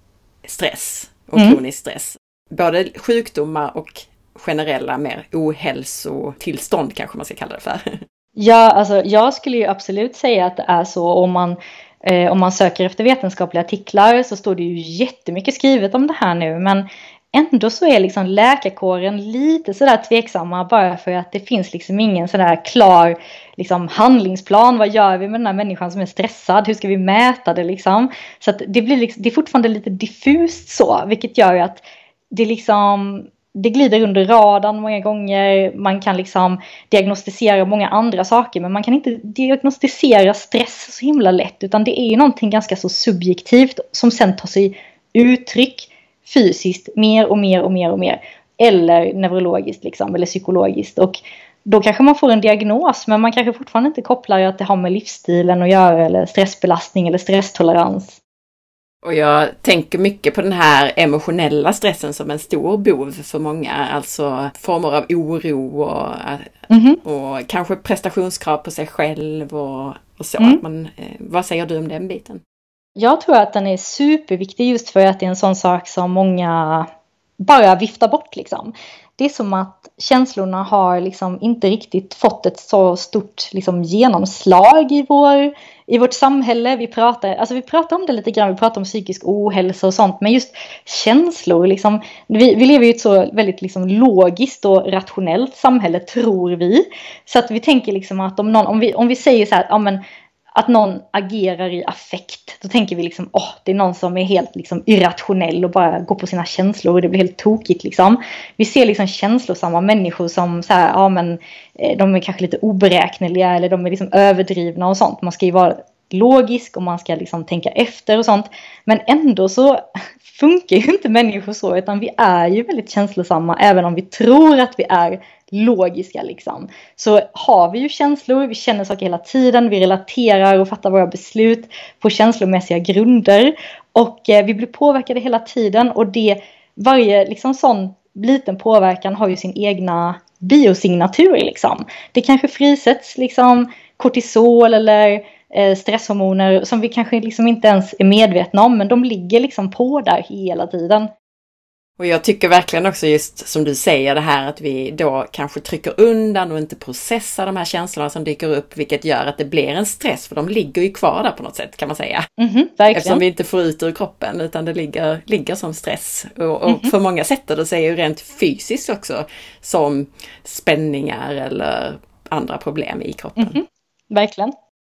stress och mm. kronisk stress. Både sjukdomar och generella mer ohälsotillstånd kanske man ska kalla det för. Ja, alltså jag skulle ju absolut säga att det är så. Om man, eh, om man söker efter vetenskapliga artiklar så står det ju jättemycket skrivet om det här nu. Men ändå så är liksom läkarkåren lite sådär tveksamma bara för att det finns liksom ingen sådär klar liksom handlingsplan. Vad gör vi med den här människan som är stressad? Hur ska vi mäta det liksom? Så att det blir liksom, det är fortfarande lite diffust så, vilket gör ju att det liksom, det glider under radarn många gånger. Man kan liksom diagnostisera många andra saker, men man kan inte diagnostisera stress så himla lätt, utan det är ju någonting ganska så subjektivt som sen tar sig uttryck fysiskt mer och mer och mer och mer, eller neurologiskt liksom, eller psykologiskt, och då kanske man får en diagnos, men man kanske fortfarande inte kopplar att det har med livsstilen att göra, eller stressbelastning eller stresstolerans. Och jag tänker mycket på den här emotionella stressen som en stor bov för många, alltså former av oro och, mm-hmm. och kanske prestationskrav på sig själv och, och så. Mm. Att man, vad säger du om den biten? Jag tror att den är superviktig just för att det är en sån sak som många bara viftar bort liksom. Det är som att känslorna har liksom inte riktigt fått ett så stort liksom genomslag i, vår, i vårt samhälle. Vi pratar, alltså vi pratar om det lite grann, vi pratar om psykisk ohälsa och sånt, men just känslor, liksom, vi, vi lever i ett så väldigt liksom logiskt och rationellt samhälle, tror vi. Så att vi tänker liksom att om, någon, om, vi, om vi säger så här, ja men att någon agerar i affekt, då tänker vi liksom, åh, det är någon som är helt liksom irrationell och bara går på sina känslor och det blir helt tokigt liksom. Vi ser liksom känslosamma människor som så här, ja men de är kanske lite oberäkneliga eller de är liksom överdrivna och sånt. Man ska ju vara logisk och man ska liksom tänka efter och sånt. Men ändå så funkar ju inte människor så, utan vi är ju väldigt känslosamma även om vi tror att vi är logiska liksom. Så har vi ju känslor, vi känner saker hela tiden, vi relaterar och fattar våra beslut på känslomässiga grunder och eh, vi blir påverkade hela tiden, och det, varje liksom sån liten påverkan har ju sin egna biosignatur liksom. Det kanske frisätts liksom kortisol eller eh, stresshormoner som vi kanske liksom inte ens är medvetna om, men de ligger liksom på där hela tiden. Och jag tycker verkligen också just som du säger det här att vi då kanske trycker undan och inte processar de här känslorna som dyker upp, vilket gör att det blir en stress, för de ligger ju kvar där på något sätt kan man säga. Mm-hmm, verkligen. Eftersom vi inte får ut ur kroppen utan det ligger, ligger som stress. Och, och mm-hmm. för många sätter det sig ju rent fysiskt också som spänningar eller andra problem i kroppen. Mm-hmm, verkligen.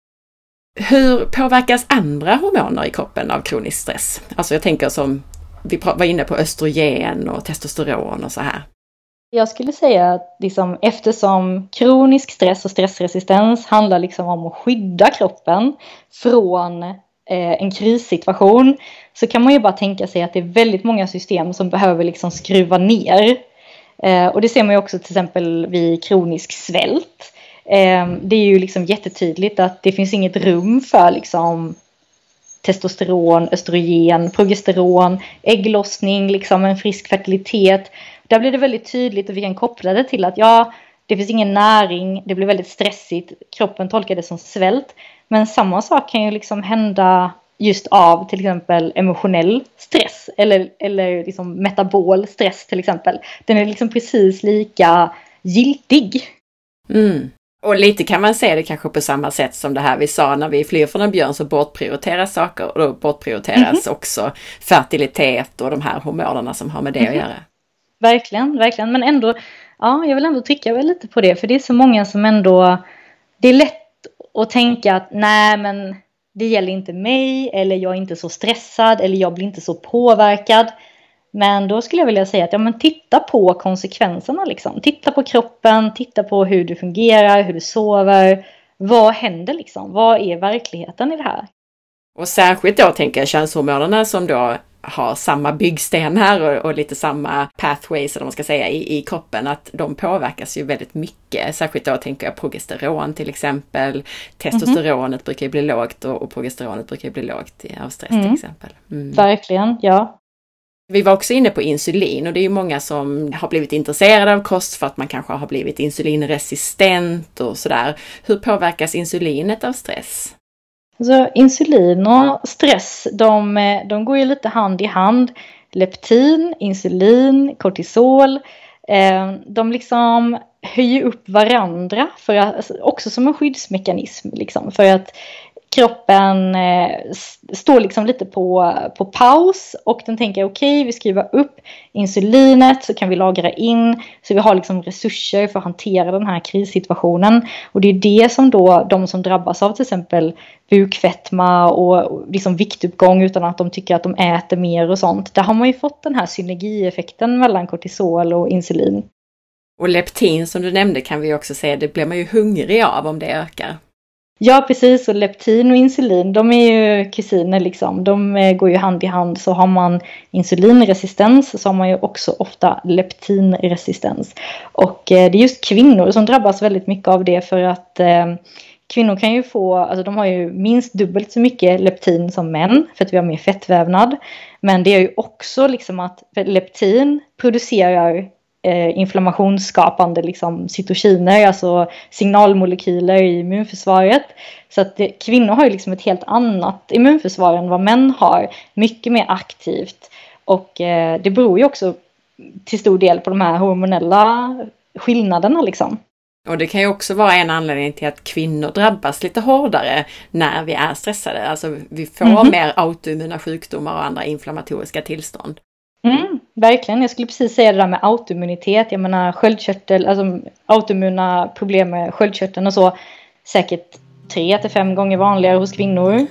Hur påverkas andra hormoner i kroppen av kronisk stress? Alltså jag tänker som vi var inne på östrogen och testosteron och så här. Jag skulle säga att liksom, eftersom kronisk stress och stressresistens handlar liksom om att skydda kroppen från eh, en krissituation, så kan man ju bara tänka sig att det är väldigt många system som behöver liksom skruva ner. Eh, och det ser man ju också till exempel vid kronisk svält. Eh, det är ju liksom jättetydligt att det finns inget rum för liksom testosteron, östrogen, progesteron, ägglossning, liksom en frisk fertilitet. Där blir det väldigt tydligt och vi kan koppla det till att ja, det finns ingen näring, det blir väldigt stressigt, kroppen tolkar det som svält. Men samma sak kan ju liksom hända just av till exempel emotionell stress eller, eller liksom metabol stress till exempel. Den är liksom precis lika giltig. Mm. Och lite kan man se det kanske på samma sätt som det här vi sa, när vi flyr från en björn så bortprioriteras saker, och då bortprioriteras mm-hmm. också fertilitet och de här hormonerna som har med det mm-hmm. att göra. Verkligen, verkligen. Men ändå, ja, jag vill ändå trycka väl lite på det, för det är så många som ändå, det är lätt att tänka att nej men det gäller inte mig, eller jag är inte så stressad, eller jag blir inte så påverkad. Men då skulle jag vilja säga att ja, men titta på konsekvenserna liksom. Titta på kroppen, titta på hur du fungerar, hur du sover. Vad händer liksom? Vad är verkligheten i det här? Och särskilt då tänker jag könshormonerna som då har samma byggstenar och, och lite samma pathways, eller man ska säga, i, i kroppen, att de påverkas ju väldigt mycket. Särskilt då tänker jag progesteron till exempel. Testosteronet mm-hmm. brukar ju bli lågt och, och progesteronet brukar ju bli lågt av stress mm. till exempel. Mm. Verkligen, ja. Vi var också inne på insulin och det är ju många som har blivit intresserade av kost för att man kanske har blivit insulinresistent och sådär. Hur påverkas insulinet av stress? Så insulin och stress, de, de går ju lite hand i hand. Leptin, insulin, kortisol, eh, de liksom höjer upp varandra för att, också som en skyddsmekanism liksom, för att kroppen eh, står liksom lite på, på paus och den tänker okej, okay, vi skriver upp insulinet så kan vi lagra in så vi har liksom resurser för att hantera den här krissituationen. Och det är det som då de som drabbas av till exempel bukfetma och liksom viktuppgång utan att de tycker att de äter mer och sånt. Där har man ju fått den här synergieffekten mellan kortisol och insulin. Och leptin som du nämnde kan vi också säga, det blir man ju hungrig av om det ökar. Ja, precis. Och leptin och insulin, de är ju kusiner liksom. De går ju hand i hand. Så har man insulinresistens så har man ju också ofta leptinresistens. Och det är just kvinnor som drabbas väldigt mycket av det för att eh, kvinnor kan ju få, alltså de har ju minst dubbelt så mycket leptin som män för att vi har mer fettvävnad. Men det är ju också liksom att leptin producerar inflammationsskapande liksom cytokiner, alltså signalmolekyler i immunförsvaret. Så att det, kvinnor har ju liksom ett helt annat immunförsvar än vad män har. Mycket mer aktivt. Och eh, det beror ju också till stor del på de här hormonella skillnaderna liksom. Och det kan ju också vara en anledning till att kvinnor drabbas lite hårdare när vi är stressade. Alltså vi får mm-hmm. mer autoimmuna sjukdomar och andra inflammatoriska tillstånd. Mm, verkligen. Jag skulle precis säga det där med autoimmunitet. Jag menar sköldkörtel, alltså autoimmuna problem med sköldkörteln och så. Säkert tre till fem gånger vanligare hos kvinnor.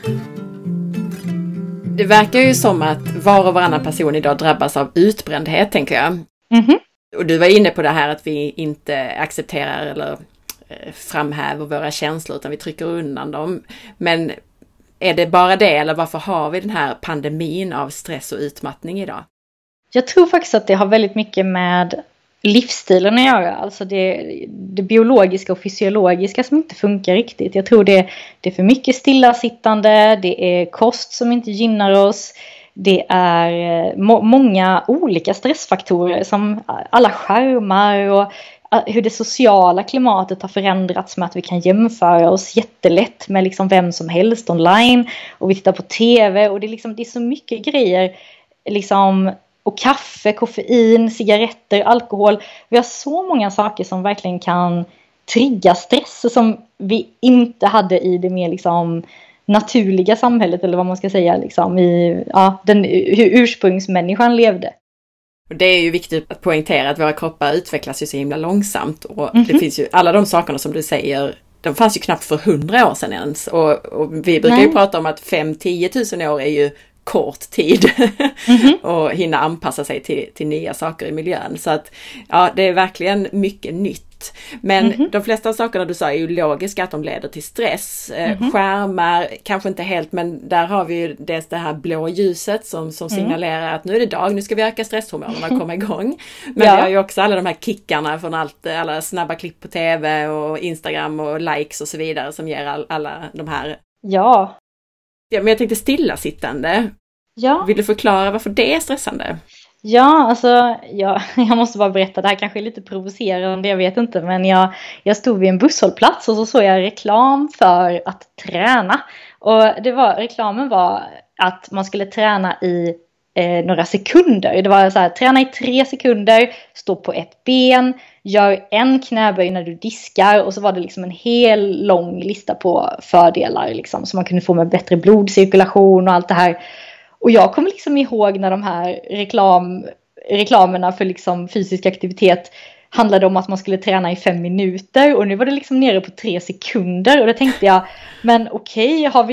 Det verkar ju som att var och varannan person idag drabbas av utbrändhet, tänker jag. Mm-hmm. Och du var inne på det här att vi inte accepterar eller framhäver våra känslor utan vi trycker undan dem. Men är det bara det eller varför har vi den här pandemin av stress och utmattning idag? Jag tror faktiskt att det har väldigt mycket med livsstilen att göra. Alltså det, det biologiska och fysiologiska som inte funkar riktigt. Jag tror det, det är för mycket stillasittande, det är kost som inte gynnar oss. Det är må, många olika stressfaktorer som alla skärmar och hur det sociala klimatet har förändrats med att vi kan jämföra oss jättelätt med liksom vem som helst online. Och vi tittar på tv och det är, liksom, det är så mycket grejer liksom. Och kaffe, koffein, cigaretter, alkohol. Vi har så många saker som verkligen kan trigga stress som vi inte hade i det mer liksom naturliga samhället. Eller vad man ska säga. Liksom, i, ja, den, hur ursprungsmänniskan levde. Det är ju viktigt att poängtera att våra kroppar utvecklas ju så himla långsamt. Och Mm-hmm. det finns ju alla de sakerna som du säger. De fanns ju knappt för hundra år sedan ens. Och, och vi brukar Nej. ju prata om att fem till tio tusen år är ju kort tid Mm-hmm. och hinna anpassa sig till, till nya saker i miljön. Så att ja, det är verkligen mycket nytt. Men mm-hmm. de flesta av sakerna du sa är ju logiska att de leder till stress. Mm-hmm. Skärmar, kanske inte helt, men där har vi ju dels det här blå ljuset som, som signalerar mm. att nu är det dag, nu ska vi öka stresshormonerna och komma igång. Men ja. Vi har ju också alla de här kickarna från allt, alla snabba klipp på tv och Instagram och likes och så vidare som ger all, alla de här. Ja. Ja, men jag tänkte stillasittande. Ja. Vill du förklara varför det är stressande? Ja, alltså jag, jag måste bara berätta, det här kanske är lite provocerande, jag vet inte. Men jag, jag stod vid en busshållplats och så såg jag reklam för att träna. Och det var, reklamen var att man skulle träna i eh, några sekunder. Det var så här, träna i tre sekunder, stå på ett ben, gör en knäböj när du diskar. Och så var det liksom en hel lång lista på fördelar liksom, som man kunde få med bättre blodcirkulation och allt det här. Och jag kommer liksom ihåg när de här reklam, reklamerna för liksom fysisk aktivitet handlade om att man skulle träna i fem minuter. Och nu var det liksom nere på tre sekunder. Och då tänkte jag, men okej, har vi,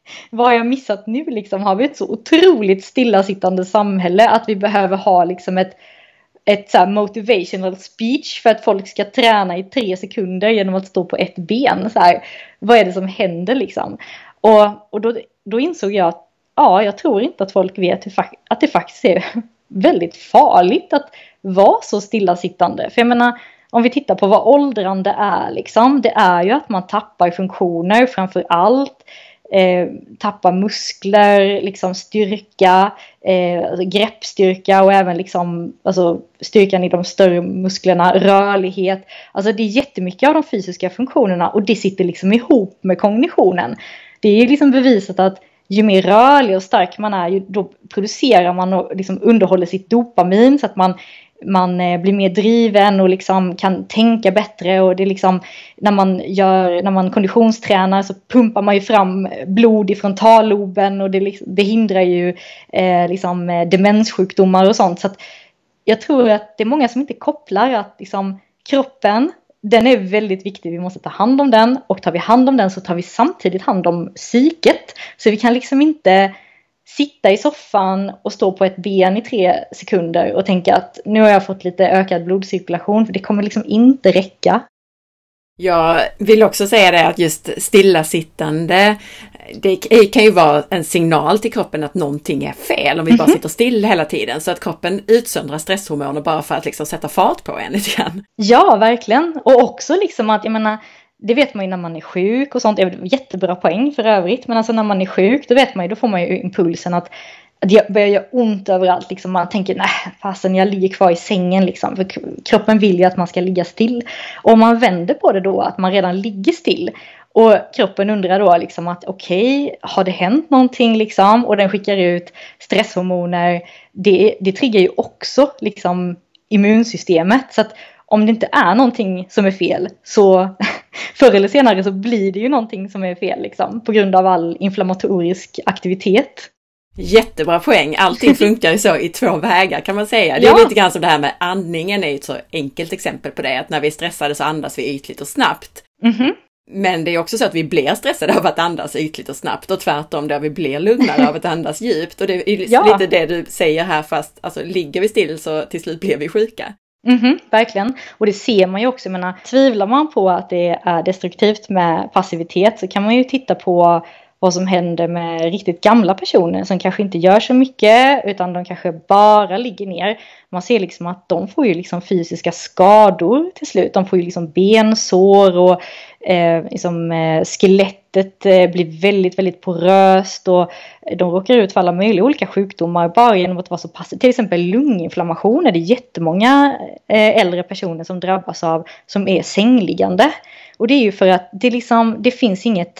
vad har jag missat nu liksom? Har vi ett så otroligt stillasittande samhälle att vi behöver ha liksom ett, ett så här motivational speech för att folk ska träna i tre sekunder genom att stå på ett ben? Så här, vad är det som händer liksom? Och, och då, då insåg jag att ja, jag tror inte att folk vet hur, att det faktiskt är väldigt farligt att vara så stillasittande. För jag menar, om vi tittar på vad åldrande är liksom, det är ju att man tappar funktioner framför allt. Eh, tappar muskler, liksom styrka, eh, greppstyrka och även liksom, alltså, styrkan i de större musklerna, rörlighet. Alltså det är jättemycket av de fysiska funktionerna och det sitter liksom ihop med kognitionen. Det är ju liksom bevisat att ju mer rörlig och stark man är, ju då producerar man och liksom underhåller sitt dopamin så att man man blir mer driven och liksom kan tänka bättre, och det är liksom när man gör när man konditionstränar så pumpar man ju fram blod i frontalloben, och det, liksom, det hindrar ju eh, liksom demenssjukdomar och sånt. Så att jag tror att det är många som inte kopplar att liksom kroppen, den är väldigt viktig, vi måste ta hand om den, och tar vi hand om den så tar vi samtidigt hand om psyket. Så vi kan liksom inte sitta i soffan och stå på ett ben i tre sekunder och tänka att nu har jag fått lite ökad blodcirkulation, för det kommer liksom inte räcka. Jag vill också säga det att just stillasittande, det kan ju vara en signal till kroppen att någonting är fel om vi bara sitter still hela tiden, så att kroppen utsöndrar stresshormoner bara för att liksom sätta fart på en lite grann. Ja, verkligen. Och också liksom att, jag menar, det vet man ju när man är sjuk och sånt. Det är jättebra poäng för övrigt. Men alltså när man är sjuk, då vet man ju, då får man ju impulsen att det börjar göra ont överallt. Liksom man tänker, nej, fasen, jag ligger kvar i sängen liksom. För kroppen vill ju att man ska ligga still. Och om man vänder på det då, att man redan ligger still. Och kroppen undrar då liksom att okej, okay, har det hänt någonting liksom? Och den skickar ut stresshormoner. Det, det triggar ju också liksom immunsystemet. Så att om det inte är någonting som är fel, så förr eller senare så blir det ju någonting som är fel liksom, på grund av all inflammatorisk aktivitet. Jättebra poäng. Allting funkar ju så i två vägar kan man säga. Det är ja. lite grann som det här med andningen är ett så enkelt exempel på det. Att när vi är stressade så andas vi ytligt och snabbt. Mm-hmm. Men det är också så att vi blir stressade av att andas ytligt och snabbt, och tvärtom då vi blir lugnare av att andas djupt. Och det är ja. lite det du säger här, fast alltså, ligger vi still så till slut blir vi sjuka. Mm-hmm, verkligen. Och det ser man ju också. Menar, tvivlar man på att det är destruktivt med passivitet, så kan man ju titta på vad som händer med riktigt gamla personer som kanske inte gör så mycket, utan de kanske bara ligger ner. Man ser liksom att de får ju liksom fysiska skador till slut. De får ju liksom bensår, och eh, liksom, eh, skelettet eh, blir väldigt, väldigt poröst, och de råkar ut för alla möjliga olika sjukdomar bara genom att vara så passiv. Till exempel lunginflammation är det jättemånga eh, äldre personer som drabbas av, som är sängliggande. Och det är ju för att det, liksom, det finns inget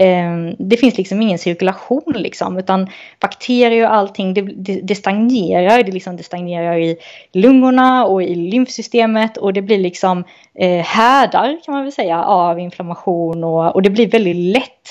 Det finns liksom ingen cirkulation liksom, utan bakterier och allting det, det, det stagnerar det, liksom, det stagnerar i lungorna och i lymfsystemet, och det blir liksom eh, härdar kan man väl säga av inflammation, och, och det blir väldigt lätt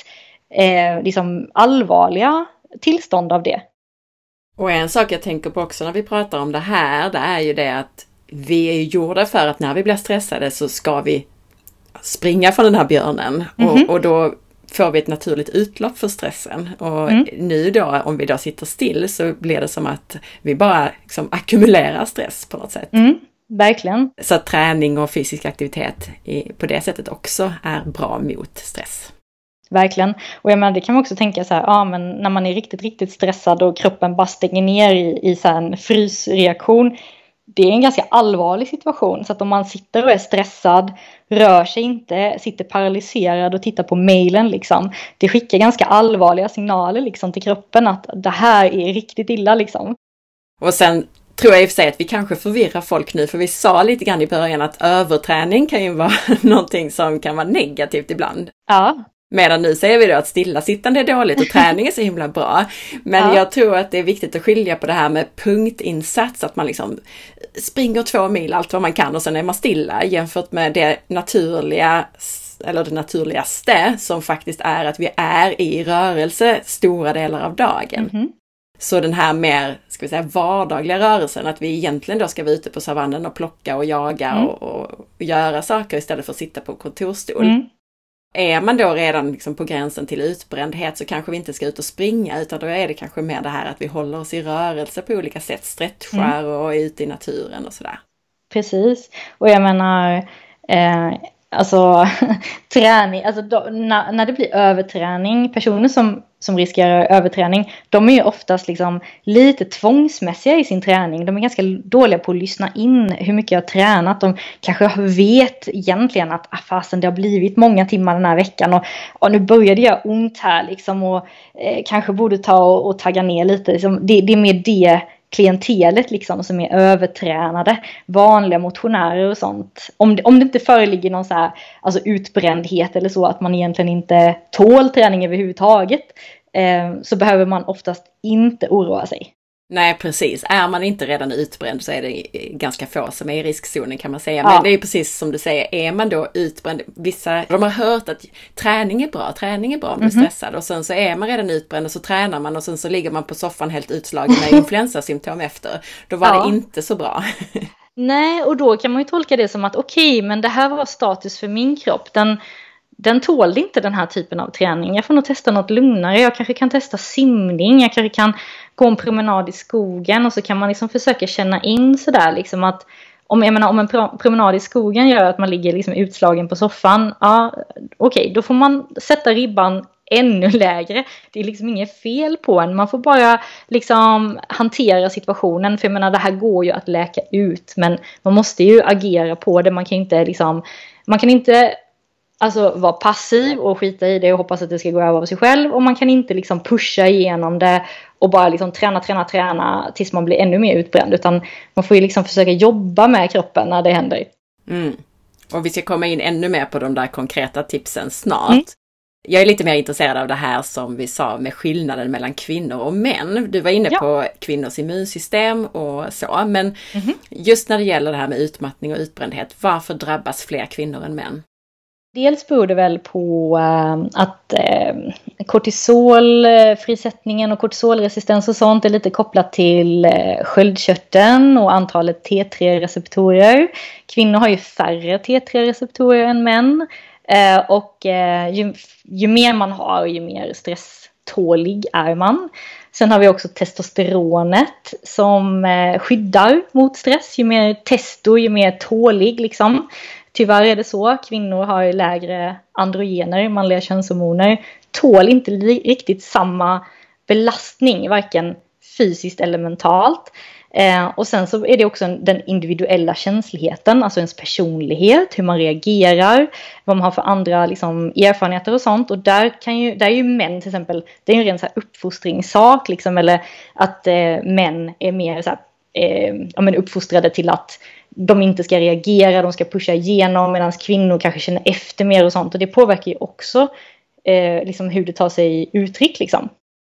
eh, liksom allvarliga tillstånd av det. Och en sak jag tänker på också när vi pratar om det här, det är ju det att vi är gjorda för att när vi blir stressade så ska vi springa från den här björnen, mm-hmm. och, och då får vi ett naturligt utlopp för stressen. Och mm. nu då, om vi då sitter still, så blir det som att vi bara liksom ackumulerar stress på något sätt. Mm, verkligen. Så att träning och fysisk aktivitet i, på det sättet också är bra mot stress. Verkligen. Och jag menar, det kan man också tänka så här, ja, men när man är riktigt, riktigt stressad och kroppen bara stänger ner i, i så här en frysreaktion, det är en ganska allvarlig situation. Så att om man sitter och är stressad, rör sig inte, sitter paralyserad och tittar på mejlen liksom, det skickar ganska allvarliga signaler liksom till kroppen att det här är riktigt illa liksom. Och sen tror jag i och för sig att vi kanske förvirrar folk nu, för vi sa lite grann i början att överträning kan ju vara någonting som kan vara negativt ibland. Ja. Medan nu säger vi då att stillasittande är dåligt och träning är så himla bra. Men ja. jag tror att det är viktigt att skilja på det här med punktinsats. Att man liksom springer två mil allt vad man kan och sen är man stilla. Jämfört med det naturliga, eller det naturligaste som faktiskt är att vi är i rörelse stora delar av dagen. Mm-hmm. Så den här mer, ska vi säga, vardagliga rörelsen, att vi egentligen då ska vara ute på savannen och plocka och jaga mm. och, och göra saker istället för att sitta på en kontorstol. Mm. Är man då redan liksom på gränsen till utbrändhet så kanske vi inte ska ut och springa, utan då är det kanske mer det här att vi håller oss i rörelse på olika sätt, stretchar mm. och är ute i naturen och sådär. Precis, och jag menar eh, alltså träning, alltså då, när, när det blir överträning, personer som, som riskerar överträning, de är ju oftast liksom lite tvångsmässiga i sin träning. De är ganska dåliga på att lyssna in hur mycket jag har tränat. De kanske vet egentligen att ah, fasen, det har blivit många timmar den här veckan och, och nu började jag ont här liksom, och eh, kanske borde ta och, och tagga ner lite. Liksom, det, det är mer det klientelet liksom som är övertränade, vanliga motionärer och sånt. Om det, om det inte föreligger någon så här, alltså utbrändhet eller så, att man egentligen inte tål träning överhuvudtaget, eh, så behöver man oftast inte oroa sig. Nej, precis. Är man inte redan utbränd så är det ganska få som är i riskzonen, kan man säga. Men ja. Det är precis som du säger, är man då utbränd, vissa, de har hört att träning är bra, träning är bra om du är mm-hmm. stressad, och sen så är man redan utbränd och så tränar man och sen så ligger man på soffan helt utslagen med influensasymptom efter. Då var ja. det inte så bra. Nej, och då kan man ju tolka det som att okej, okay, men det här var status för min kropp. Den Den tålde inte den här typen av träning. Jag får nog testa något lugnare. Jag kanske kan testa simning. Jag kanske kan gå en promenad i skogen. Och så kan man liksom försöka känna in sådär. Liksom att om, jag menar, om en promenad i skogen gör att man ligger liksom utslagen på soffan. Ja, okej, okay, då får man sätta ribban ännu lägre. Det är liksom inget fel på en. Man får bara liksom hantera situationen. För jag menar, det här går ju att läka ut. Men man måste ju agera på det. Man kan inte liksom... Man kan inte... Alltså vara passiv och skita i det och hoppas att det ska gå över av sig själv. Och man kan inte liksom pusha igenom det och bara liksom träna, träna, träna tills man blir ännu mer utbränd. Utan man får ju liksom försöka jobba med kroppen när det händer. Mm. Och vi ska komma in ännu mer på de där konkreta tipsen snart. Mm. Jag är lite mer intresserad av det här som vi sa med skillnaden mellan kvinnor och män. Du var inne ja. på kvinnors immunsystem och så. Men mm-hmm. just när det gäller det här med utmattning och utbrändhet, varför drabbas fler kvinnor än män? Dels beror det väl på äh, att äh, kortisolfrisättningen och kortisolresistens och sånt är lite kopplat till äh, sköldkörteln och antalet T tre receptorer. Kvinnor har ju färre T tre receptorer än män. Äh, och äh, ju, ju mer man har, ju mer stresstålig är man. Sen har vi också testosteronet som äh, skyddar mot stress. Ju mer testo, ju mer tålig liksom. Tyvärr är det så. Kvinnor har lägre androgener, manliga könshormoner. Tål inte li- riktigt samma belastning, varken fysiskt eller mentalt. Eh, och sen så är det också en, den individuella känsligheten, alltså ens personlighet, hur man reagerar, vad man har för andra liksom, erfarenheter och sånt. Och där, kan ju, där är ju män till exempel, det är ju en ren så här uppfostringssak, liksom, eller att eh, män är mer så här, eh, ja, men uppfostrade till att de inte ska reagera, de ska pusha igenom, medan kvinnor kanske känner efter mer och sånt. Och det påverkar ju också eh, liksom hur det tar sig uttryck liksom.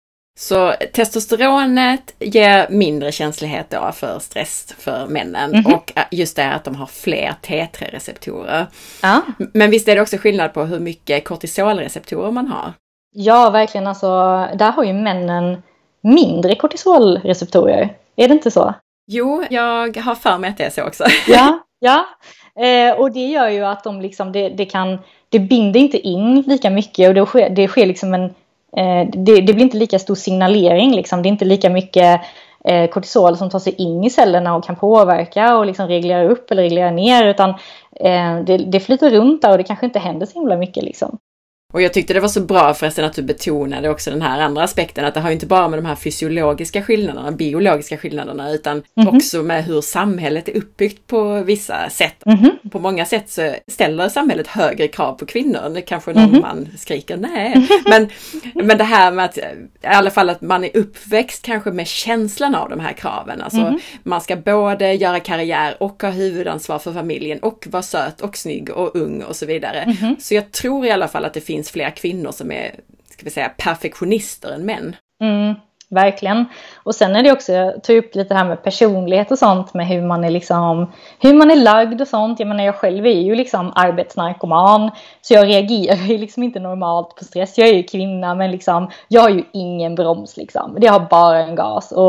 Så testosteronet ger mindre känslighet då för stress för männen. Mm-hmm. Och just det att de har fler T tre receptorer. Ja. Men visst är det också skillnad på hur mycket kortisolreceptorer man har? Ja, verkligen. Alltså, där har ju männen mindre kortisolreceptorer. Är det inte så? Jo, jag har för mig att det är så också. Ja, ja. Eh, och det gör ju att de liksom, det, det kan, det binder inte in lika mycket, och det sker, det sker liksom en, eh, det, det blir inte lika stor signalering liksom. Det är inte lika mycket eh, kortisol som tar sig in i cellerna och kan påverka och liksom reglera upp eller reglera ner, utan eh, det, det flyter runt där och det kanske inte händer så himla mycket liksom. Och jag tyckte det var så bra förresten att du betonade också den här andra aspekten, att det har inte bara med de här fysiologiska skillnaderna, biologiska skillnaderna, utan mm-hmm. också med hur samhället är uppbyggt på vissa sätt. Mm-hmm. På många sätt så ställer samhället högre krav på kvinnor. Det kanske någon mm-hmm. man skriker nej. Men, men det här med att, i alla fall att man är uppväxt kanske med känslan av de här kraven. Alltså mm-hmm. man ska både göra karriär och ha huvudansvar för familjen och vara söt och snygg och ung och så vidare. Mm-hmm. Så jag tror i alla fall att det finns fler kvinnor som är, ska vi säga, perfektionister än män. Mm, verkligen. Och sen är det också, jag tar upp lite här med personlighet och sånt, med hur man är liksom, hur man är lagd och sånt. Jag menar, jag själv är ju liksom arbetsnarkoman, så jag reagerar ju liksom inte normalt på stress. Jag är ju kvinna, men liksom, jag har ju ingen broms liksom. Det har bara en gas. Och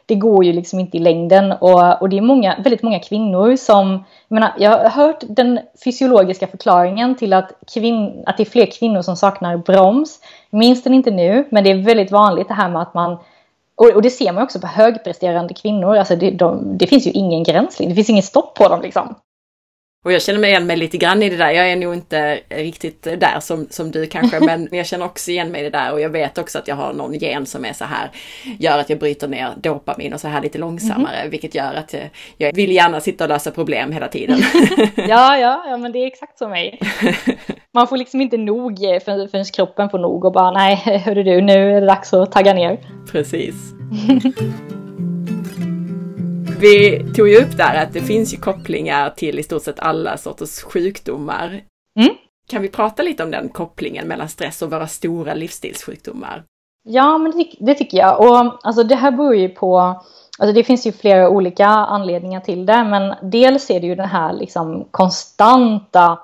det går ju liksom inte i längden. Och, och det är många, väldigt många kvinnor som, jag menar, jag har hört den fysiologiska förklaringen till att, kvin, att det är fler kvinnor som saknar broms. Minns den inte nu, men det är väldigt vanligt det här med att man, och, och det ser man också på högpresterande kvinnor, alltså det, de, det finns ju ingen gräns, det finns ingen stopp på dem liksom. Och jag känner mig igen mig lite grann i det där. Jag är nog inte riktigt där som, som du kanske, men jag känner också igen mig i det där. Och jag vet också att jag har någon gen som är så här, gör att jag bryter ner dopamin och så här lite långsammare. Mm. Vilket gör att jag, jag vill gärna sitta och lösa problem hela tiden. ja, ja, ja, men det är exakt som mig. Man får liksom inte nog för, förrän kroppen får nog och bara, nej, hörru du, nu är det dags att tagga ner. Precis. Vi tog ju upp där att det finns ju kopplingar till i stort sett alla sorters sjukdomar. Mm. Kan vi prata lite om den kopplingen mellan stress och våra stora livsstilssjukdomar? Ja, men det, det tycker jag. Och alltså, det här beror ju på, alltså det finns ju flera olika anledningar till det. Men dels är det ju den här liksom konstanta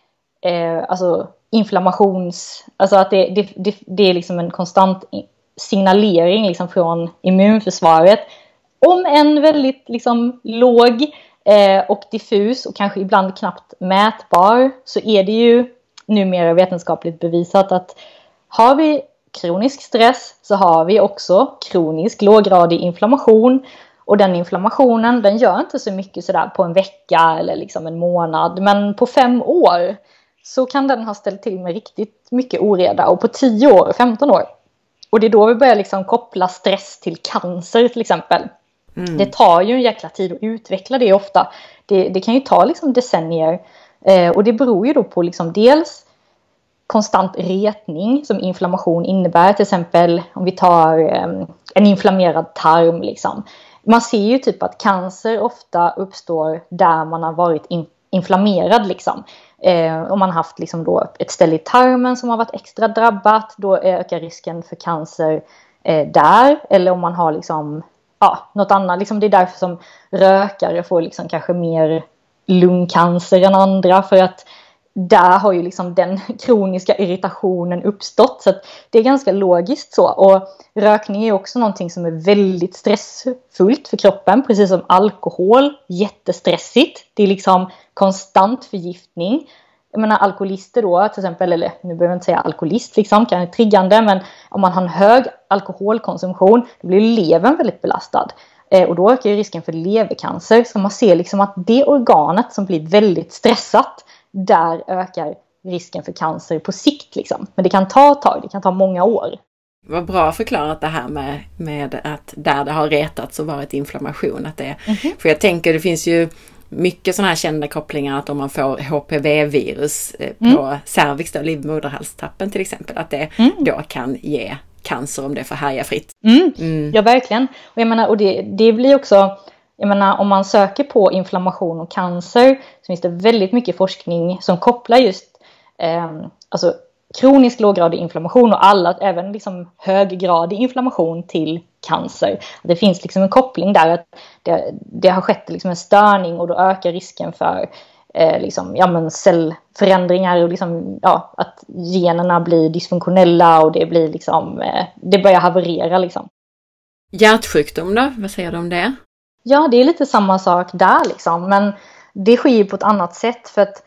eh, alltså inflammations, alltså att det, det, det, det är liksom en konstant signalering liksom från immunförsvaret. Om en väldigt liksom låg eh, och diffus och kanske ibland knappt mätbar, så är det ju numera vetenskapligt bevisat att har vi kronisk stress så har vi också kronisk låggradig inflammation. Och den inflammationen, den gör inte så mycket sådär på en vecka eller liksom en månad. Men på fem år så kan den ha ställt till med riktigt mycket oreda. Och på tio år, femton år. Och det är då vi börjar liksom koppla stress till cancer till exempel. Mm. Det tar ju en jäkla tid att utveckla det ofta. Det, det kan ju ta liksom decennier. Eh, och det beror ju då på liksom dels konstant retning som inflammation innebär. Till exempel om vi tar eh, en inflammerad tarm. Liksom. Man ser ju typ att cancer ofta uppstår där man har varit in, inflammerad. Liksom. Eh, om man har haft liksom då ett ställe i tarmen som har varit extra drabbat. Då ökar risken för cancer eh, där. Eller om man har liksom... Ja, något annat. Liksom det är därför som rökare får liksom kanske mer lungcancer än andra. För att där har ju liksom den kroniska irritationen uppstått. Så att det är ganska logiskt så. Och rökning är också någonting som är väldigt stressfullt för kroppen. Precis som alkohol. Jättestressigt. Det är liksom konstant förgiftning. Jag menar alkoholister då till exempel, eller nu behöver jag inte säga alkoholist liksom, kan vara triggande, men om man har en hög alkoholkonsumtion då blir levern väldigt belastad. Eh, och då ökar ju risken för levercancer. Så man ser liksom att det organet som blir väldigt stressat, där ökar risken för cancer på sikt liksom. Men det kan ta ett tag, det kan ta många år. Vad bra förklarat det här med, med att där det har retats och varit inflammation. Att det, mm-hmm. För jag tänker det finns ju mycket sådana här kända kopplingar att om man får H P V-virus eh, på mm. cervix, då, livmoderhalstappen till exempel, att det mm. då kan ge cancer om det får härja fritt. Mm. Mm. Ja, verkligen. Och jag menar, och det, det blir också, jag menar, om man söker på inflammation och cancer så finns det väldigt mycket forskning som kopplar just eh, alltså kronisk låggradig inflammation och alla, även liksom höggradig inflammation till cancer. Det finns liksom en koppling där att det, det har skett liksom en störning och då ökar risken för eh, liksom, ja, men cellförändringar och liksom, ja, att generna blir dysfunktionella och det blir liksom, eh, det börjar haverera liksom. Hjärtsjukdom då? Vad säger du om det? Ja, det är lite samma sak där liksom, men det sker på ett annat sätt för att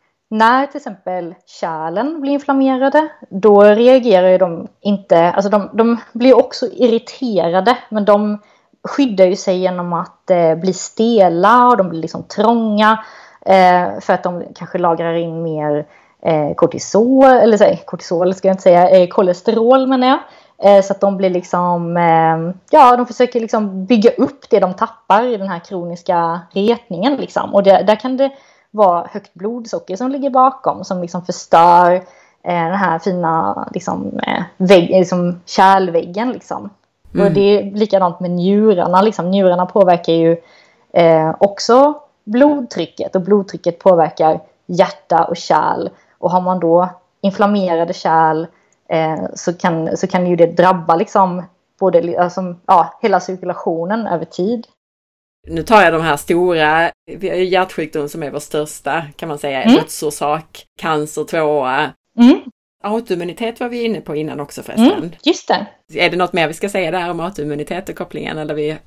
när till exempel kärlen blir inflammerade, då reagerar de inte, alltså de, de blir också irriterade, men de skyddar ju sig genom att eh, bli stela och de blir liksom trånga eh, för att de kanske lagrar in mer eh, kortisol, eller så, kortisol ska jag inte säga, eh, kolesterol menar jag. Eh, så att de blir liksom, eh, ja de försöker liksom bygga upp det de tappar i den här kroniska retningen liksom. Och det, där kan det vara högt blodsocker som ligger bakom, som liksom förstör eh, den här fina liksom, eh, vägg, liksom, kärlväggen liksom. Mm. Och det är likadant med njurarna liksom. Njurarna påverkar ju eh, också blodtrycket, och blodtrycket påverkar hjärta och kärl. Och har man då inflammerade kärl eh, så, kan, så kan ju det drabba liksom både, alltså, ja, hela cirkulationen över tid. Nu tar jag de här stora, hjärtsjukdom som är vår största, kan man säga, mm. dödsorsak, cancer tvåa. Mm. Autoimmunitet var vi inne på innan också förresten. Mm, just det. Är det något mer vi ska säga där om autoimmunitet och kopplingen, eller vi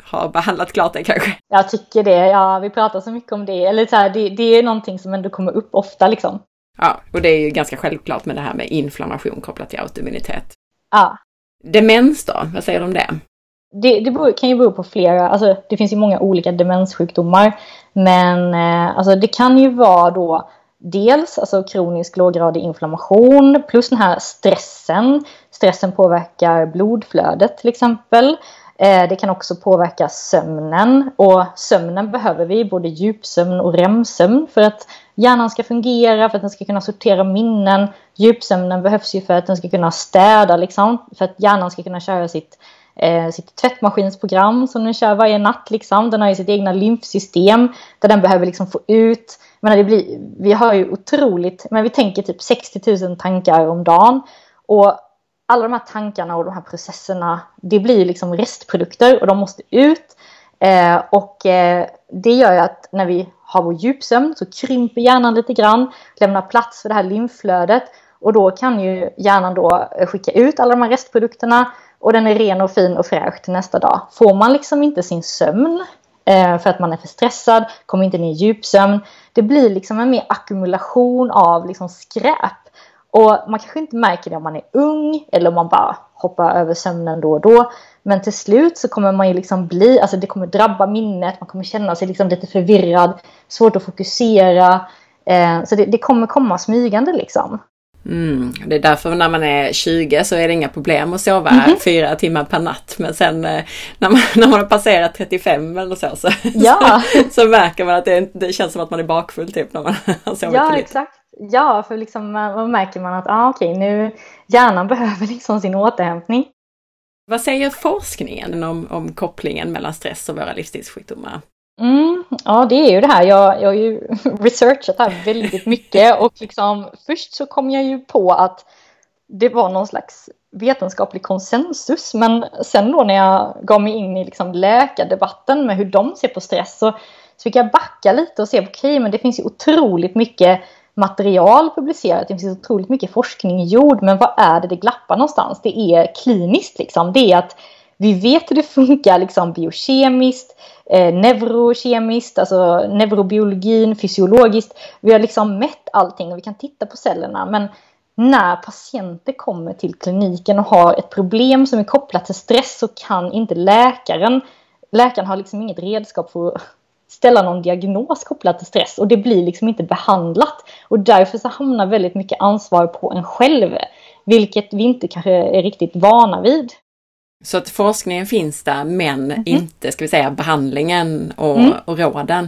har behandlat klart det kanske. Jag tycker det, ja, vi pratar så mycket om det. Eller så här, det, det är någonting som ändå kommer upp ofta liksom. Ja, och det är ju ganska självklart med det här med inflammation kopplat till autoimmunitet. Ja. Demens då, vad säger du om det? Det, det beror, kan ju bero på flera, alltså det finns ju många olika demenssjukdomar. Men eh, alltså det kan ju vara då dels alltså kronisk låggradig inflammation plus den här stressen. Stressen påverkar blodflödet till exempel. Eh, det kan också påverka sömnen. Och sömnen behöver vi, både djupsömn och REM-sömn, för att hjärnan ska fungera, för att den ska kunna sortera minnen. Djupsömnen behövs ju för att den ska kunna städa, liksom, för att hjärnan ska kunna köra sitt, eh, sitt tvättmaskinsprogram som den kör varje natt. Liksom. Den har ju sitt egna lymfsystem där den behöver liksom få ut. Men det blir, vi har ju otroligt, men vi tänker typ sextio tusen tankar om dagen. Och alla de här tankarna och de här processerna, det blir liksom restprodukter och de måste ut. Eh, och eh, det gör ju att när vi har vår djupsömn så krymper hjärnan lite grann, lämnar plats för det här lymflödet. Och då kan ju hjärnan då skicka ut alla de här restprodukterna och den är ren och fin och fräsch till nästa dag. Får man liksom inte sin sömn eh, för att man är för stressad, kommer inte ner i djupsömn. Det blir liksom en mer ackumulation av liksom skräp. Och man kanske inte märker det om man är ung eller om man bara hoppar över sömnen då och då. Men till slut så kommer man ju liksom bli, alltså det kommer drabba minnet, man kommer känna sig liksom lite förvirrad, svårt att fokusera. Eh, så det, det kommer komma smygande liksom. Mm, det är därför när man är tjugo så är det inga problem att sova mm-hmm. fyra timmar per natt. Men sen eh, när, man, när man har passerat trettiofem eller så, så, ja. så, så märker man att det, det känns som att man är bakfull typ när man har sovit ja, lite. Exakt. Ja, för liksom man märker man att ah, okej, nu hjärnan behöver liksom sin återhämtning. Vad säger forskningen om, om kopplingen mellan stress och våra livsstilssjukdomar? Mm, ja, det är ju det här. Jag, jag har ju researchat här väldigt mycket och liksom, först så kom jag ju på att det var någon slags vetenskaplig konsensus. Men sen då när jag gav mig in i liksom läkardebatten med hur de ser på stress så, så fick jag backa lite och se, okej, okay, men det finns ju otroligt mycket material publicerat, det finns otroligt mycket forskning gjord, men vad är det det glappar någonstans? Det är kliniskt liksom, det är att vi vet hur det funkar liksom biokemiskt, eh, neurokemiskt, alltså neurobiologin, fysiologiskt. Vi har liksom mätt allting och vi kan titta på cellerna, men när patienter kommer till kliniken och har ett problem som är kopplat till stress så kan inte läkaren, läkaren har liksom inget redskap för att ställa någon diagnos kopplat till stress och det blir liksom inte behandlat och därför så hamnar väldigt mycket ansvar på en själv, vilket vi inte kanske är riktigt vana vid. Så att forskningen finns där men mm-hmm. inte, ska vi säga, behandlingen och, mm. och råden?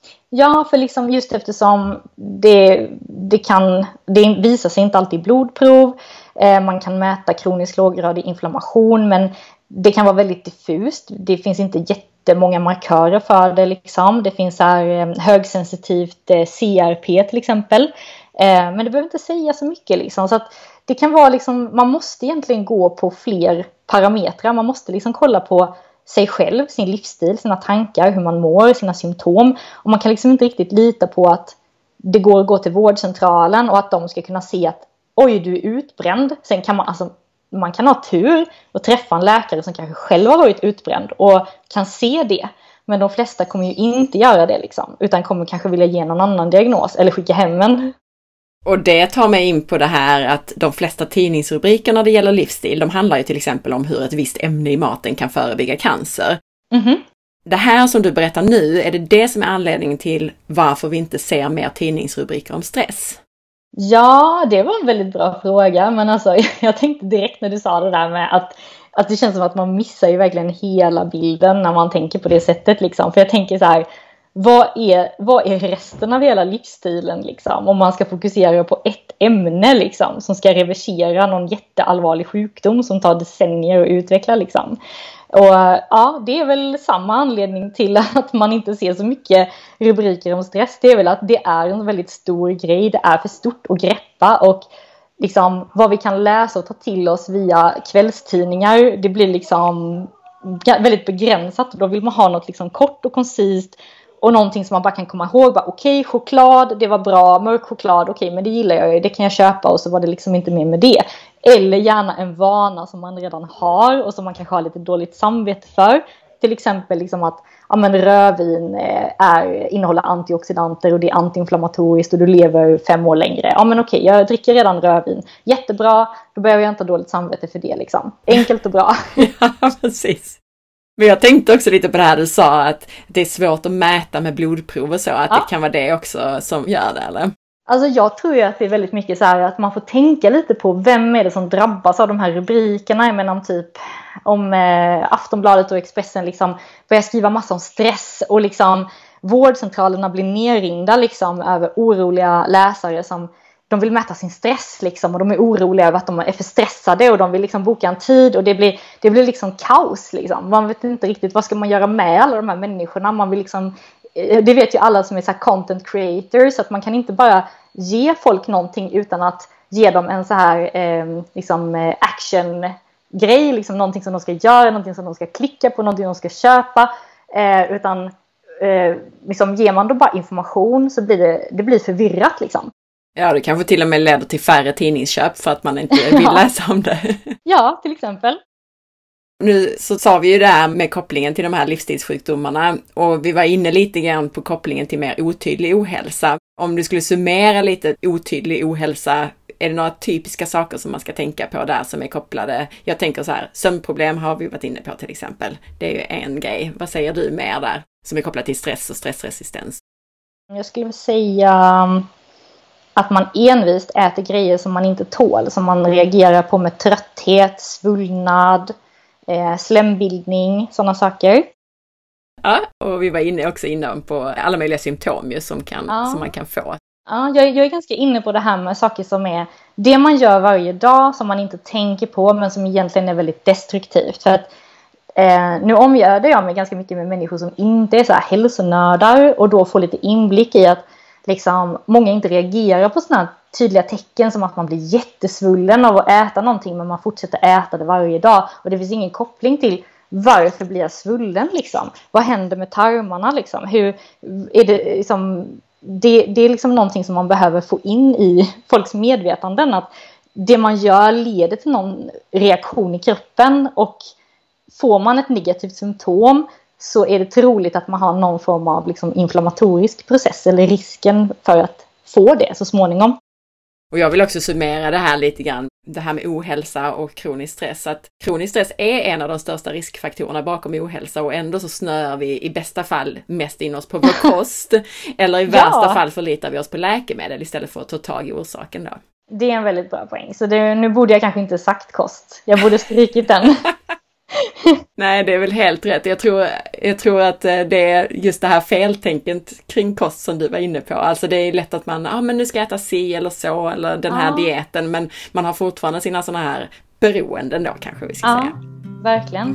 Ja, för liksom just eftersom det, det kan, det visar sig inte alltid i blodprov, eh, man kan mäta kronisk låggradig inflammation men det kan vara väldigt diffust, det finns inte jättemånga markörer för det liksom. Det finns här högsensitivt C R P till exempel, men det behöver inte säga så mycket liksom. Så att det kan vara liksom, man måste egentligen gå på fler parametrar, man måste liksom kolla på sig själv, sin livsstil, sina tankar, hur man mår, sina symptom, och man kan liksom inte riktigt lita på att det går att gå till vårdcentralen och att de ska kunna se att oj, du är utbränd. Sen kan man alltså man kan ha tur och träffa en läkare som kanske själv har varit utbränd och kan se det. Men de flesta kommer ju inte göra det liksom, utan kommer kanske vilja ge någon annan diagnos eller skicka hem en. Och det tar mig in på det här att de flesta tidningsrubriker när det gäller livsstil, de handlar ju till exempel om hur ett visst ämne i maten kan förebygga cancer. Mm-hmm. Det här som du berättar nu, är det det som är anledningen till varför vi inte ser mer tidningsrubriker om stress? Ja, det var en väldigt bra fråga. Men alltså, jag tänkte direkt när du sa det där med att, att det känns som att man missar ju verkligen hela bilden när man tänker på det sättet. Liksom. För jag tänker så här, vad är, vad är resten av hela livsstilen liksom? Om man ska fokusera på ett ämne liksom, som ska reversera någon jätteallvarlig sjukdom som tar decennier att utveckla liksom. Och ja, det är väl samma anledning till att man inte ser så mycket rubriker om stress. Det är väl att det är en väldigt stor grej. Det är för stort att greppa. Och liksom vad vi kan läsa och ta till oss via kvällstidningar, det blir liksom väldigt begränsat. Då vill man ha något liksom kort och koncist. Och någonting som man bara kan komma ihåg. Okej, okay, choklad, det var bra. Mörk choklad, okej, okay, men det gillar jag ju. Det kan jag köpa, och så var det liksom inte mer med det. Eller gärna en vana som man redan har och som man kanske har lite dåligt samvete för. Till exempel liksom att ja, men rödvin är, innehåller antioxidanter och det är antiinflammatoriskt och du lever fem år längre. Ja men okej, jag dricker redan rödvin. Jättebra, då behöver jag inte ha dåligt samvete för det liksom. Enkelt och bra. Ja, precis. Men jag tänkte också lite på det här du sa att det är svårt att mäta med blodprov och så. Att ja. Det kan vara det också som gör det, eller? Alltså jag tror ju att det är väldigt mycket så här att man får tänka lite på vem är det som drabbas av de här rubrikerna. Jag menar om typ om eh, Aftonbladet och Expressen liksom börjar skriva massa om stress och liksom vårdcentralerna blir nerringda liksom över oroliga läsare som de vill mäta sin stress liksom och de är oroliga över att de är för stressade och de vill liksom boka en tid och det blir, det blir liksom kaos liksom. Man vet inte riktigt vad ska man göra med alla de här människorna. Man vill liksom, det vet ju alla som är så här content creators att man kan inte bara ge folk någonting utan att ge dem en så här eh, liksom action grej, liksom någonting som de ska göra, någonting som de ska klicka på, någonting de ska köpa eh, utan eh, liksom ger man då bara information så blir det, det blir förvirrat liksom. Ja, det kanske till och med leder till färre tidningsköp för att man inte vill läsa om det. Ja, till exempel. Nu så sa vi ju det här med kopplingen till de här livsstilssjukdomarna och vi var inne lite grann på kopplingen till mer otydlig ohälsa. Om du skulle summera lite otydlig ohälsa, är det några typiska saker som man ska tänka på där som är kopplade? Jag tänker så här, sömnproblem har vi varit inne på till exempel. Det är ju en grej. Vad säger du mer där som är kopplat till stress och stressresistens? Jag skulle säga att man envist äter grejer som man inte tål, som man reagerar på med trötthet, svullnad, eh, slembildning, sådana saker. Ja, och vi var inne också inne på alla möjliga symptom ju som, kan, ja. som man kan få. Ja, jag, jag är ganska inne på det här med saker som är det man gör varje dag som man inte tänker på men som egentligen är väldigt destruktivt. För att eh, nu omgör jag mig ganska mycket med människor som inte är så här hälsonördar och då får lite inblick i att liksom, många inte reagerar på sådana tydliga tecken som att man blir jättesvullen av att äta någonting men man fortsätter äta det varje dag och det finns ingen koppling till varför blir jag svullen liksom? Vad händer med tarmarna liksom? Hur är det liksom det, det är liksom någonting som man behöver få in i folks medvetanden att det man gör leder till någon reaktion i kroppen och får man ett negativt symptom så är det troligt att man har någon form av liksom inflammatorisk process eller risken för att få det så småningom. Och jag vill också summera det här lite grann, det här med ohälsa och kronisk stress. Att kronisk stress är en av de största riskfaktorerna bakom ohälsa och ändå så snör vi i bästa fall mest in oss på vår kost eller i värsta ja. fall förlitar vi oss på läkemedel istället för att ta tag i orsaken då. Det är en väldigt bra poäng. Så det, nu borde jag kanske inte sagt kost. Jag borde strykit den. Nej, det är väl helt rätt. Jag tror, jag tror att det är just det här feltänket kring kost som du var inne på. Alltså det är lätt att man, ja ah, men nu ska jag äta si eller så eller den här ja. dieten. Men man har fortfarande sina sådana här beroenden då kanske vi ska ja, säga. Verkligen.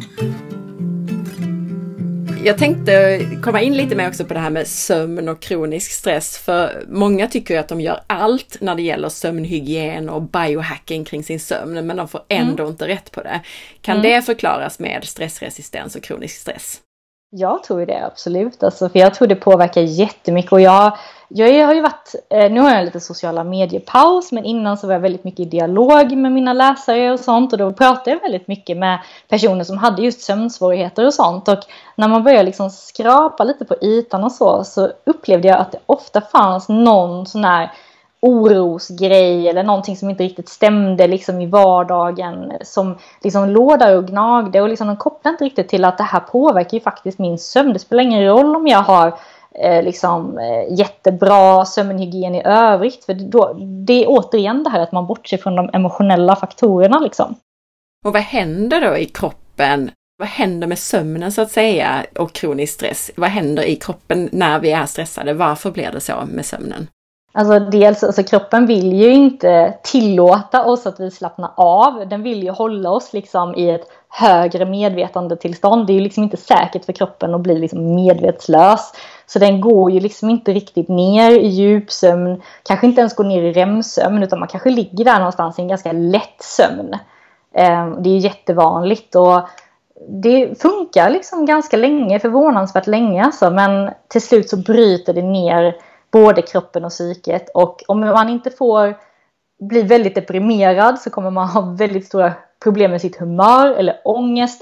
Jag tänkte komma in lite mer också på det här med sömn och kronisk stress. För många tycker ju att de gör allt när det gäller sömnhygien och biohacking kring sin sömn. Men de får ändå mm. inte rätt på det. Kan mm. det förklaras med stressresistens och kronisk stress? Jag tror det absolut. Alltså, för jag tror det påverkar jättemycket. Och jag, jag har ju varit, nu har jag en lite sociala mediepaus. Men innan så var jag väldigt mycket i dialog med mina läsare och sånt. Och då pratade jag väldigt mycket med personer som hade just sömnsvårigheter och sånt. Och när man började liksom skrapa lite på ytan och så. Så upplevde jag att det ofta fanns någon sån här orosgrej eller någonting som inte riktigt stämde liksom i vardagen som liksom låg där och gnagde och liksom de kopplade inte riktigt till att det här påverkar ju faktiskt min sömn. Det spelar ingen roll om jag har eh, liksom eh, jättebra sömnhygien i övrigt för då, det är återigen det här att man bortser från de emotionella faktorerna liksom. Och vad händer då i kroppen? Vad händer med sömnen så att säga och kronisk stress? Vad händer i kroppen när vi är stressade? Varför blir det så med sömnen? Alltså dels, alltså kroppen vill ju inte tillåta oss att vi slappnar av. Den vill ju hålla oss liksom i ett högre medvetandetillstånd. Det är ju liksom inte säkert för kroppen att bli liksom medvetslös. Så den går ju liksom inte riktigt ner i djupsömn. Kanske inte ens går ner i REM-sömn utan man kanske ligger där någonstans i en ganska lätt sömn. Det är jättevanligt och det funkar liksom ganska länge, förvånansvärt länge alltså. Men till slut så bryter det ner både kroppen och psyket och om man inte får bli väldigt deprimerad så kommer man ha väldigt stora problem med sitt humör eller ångest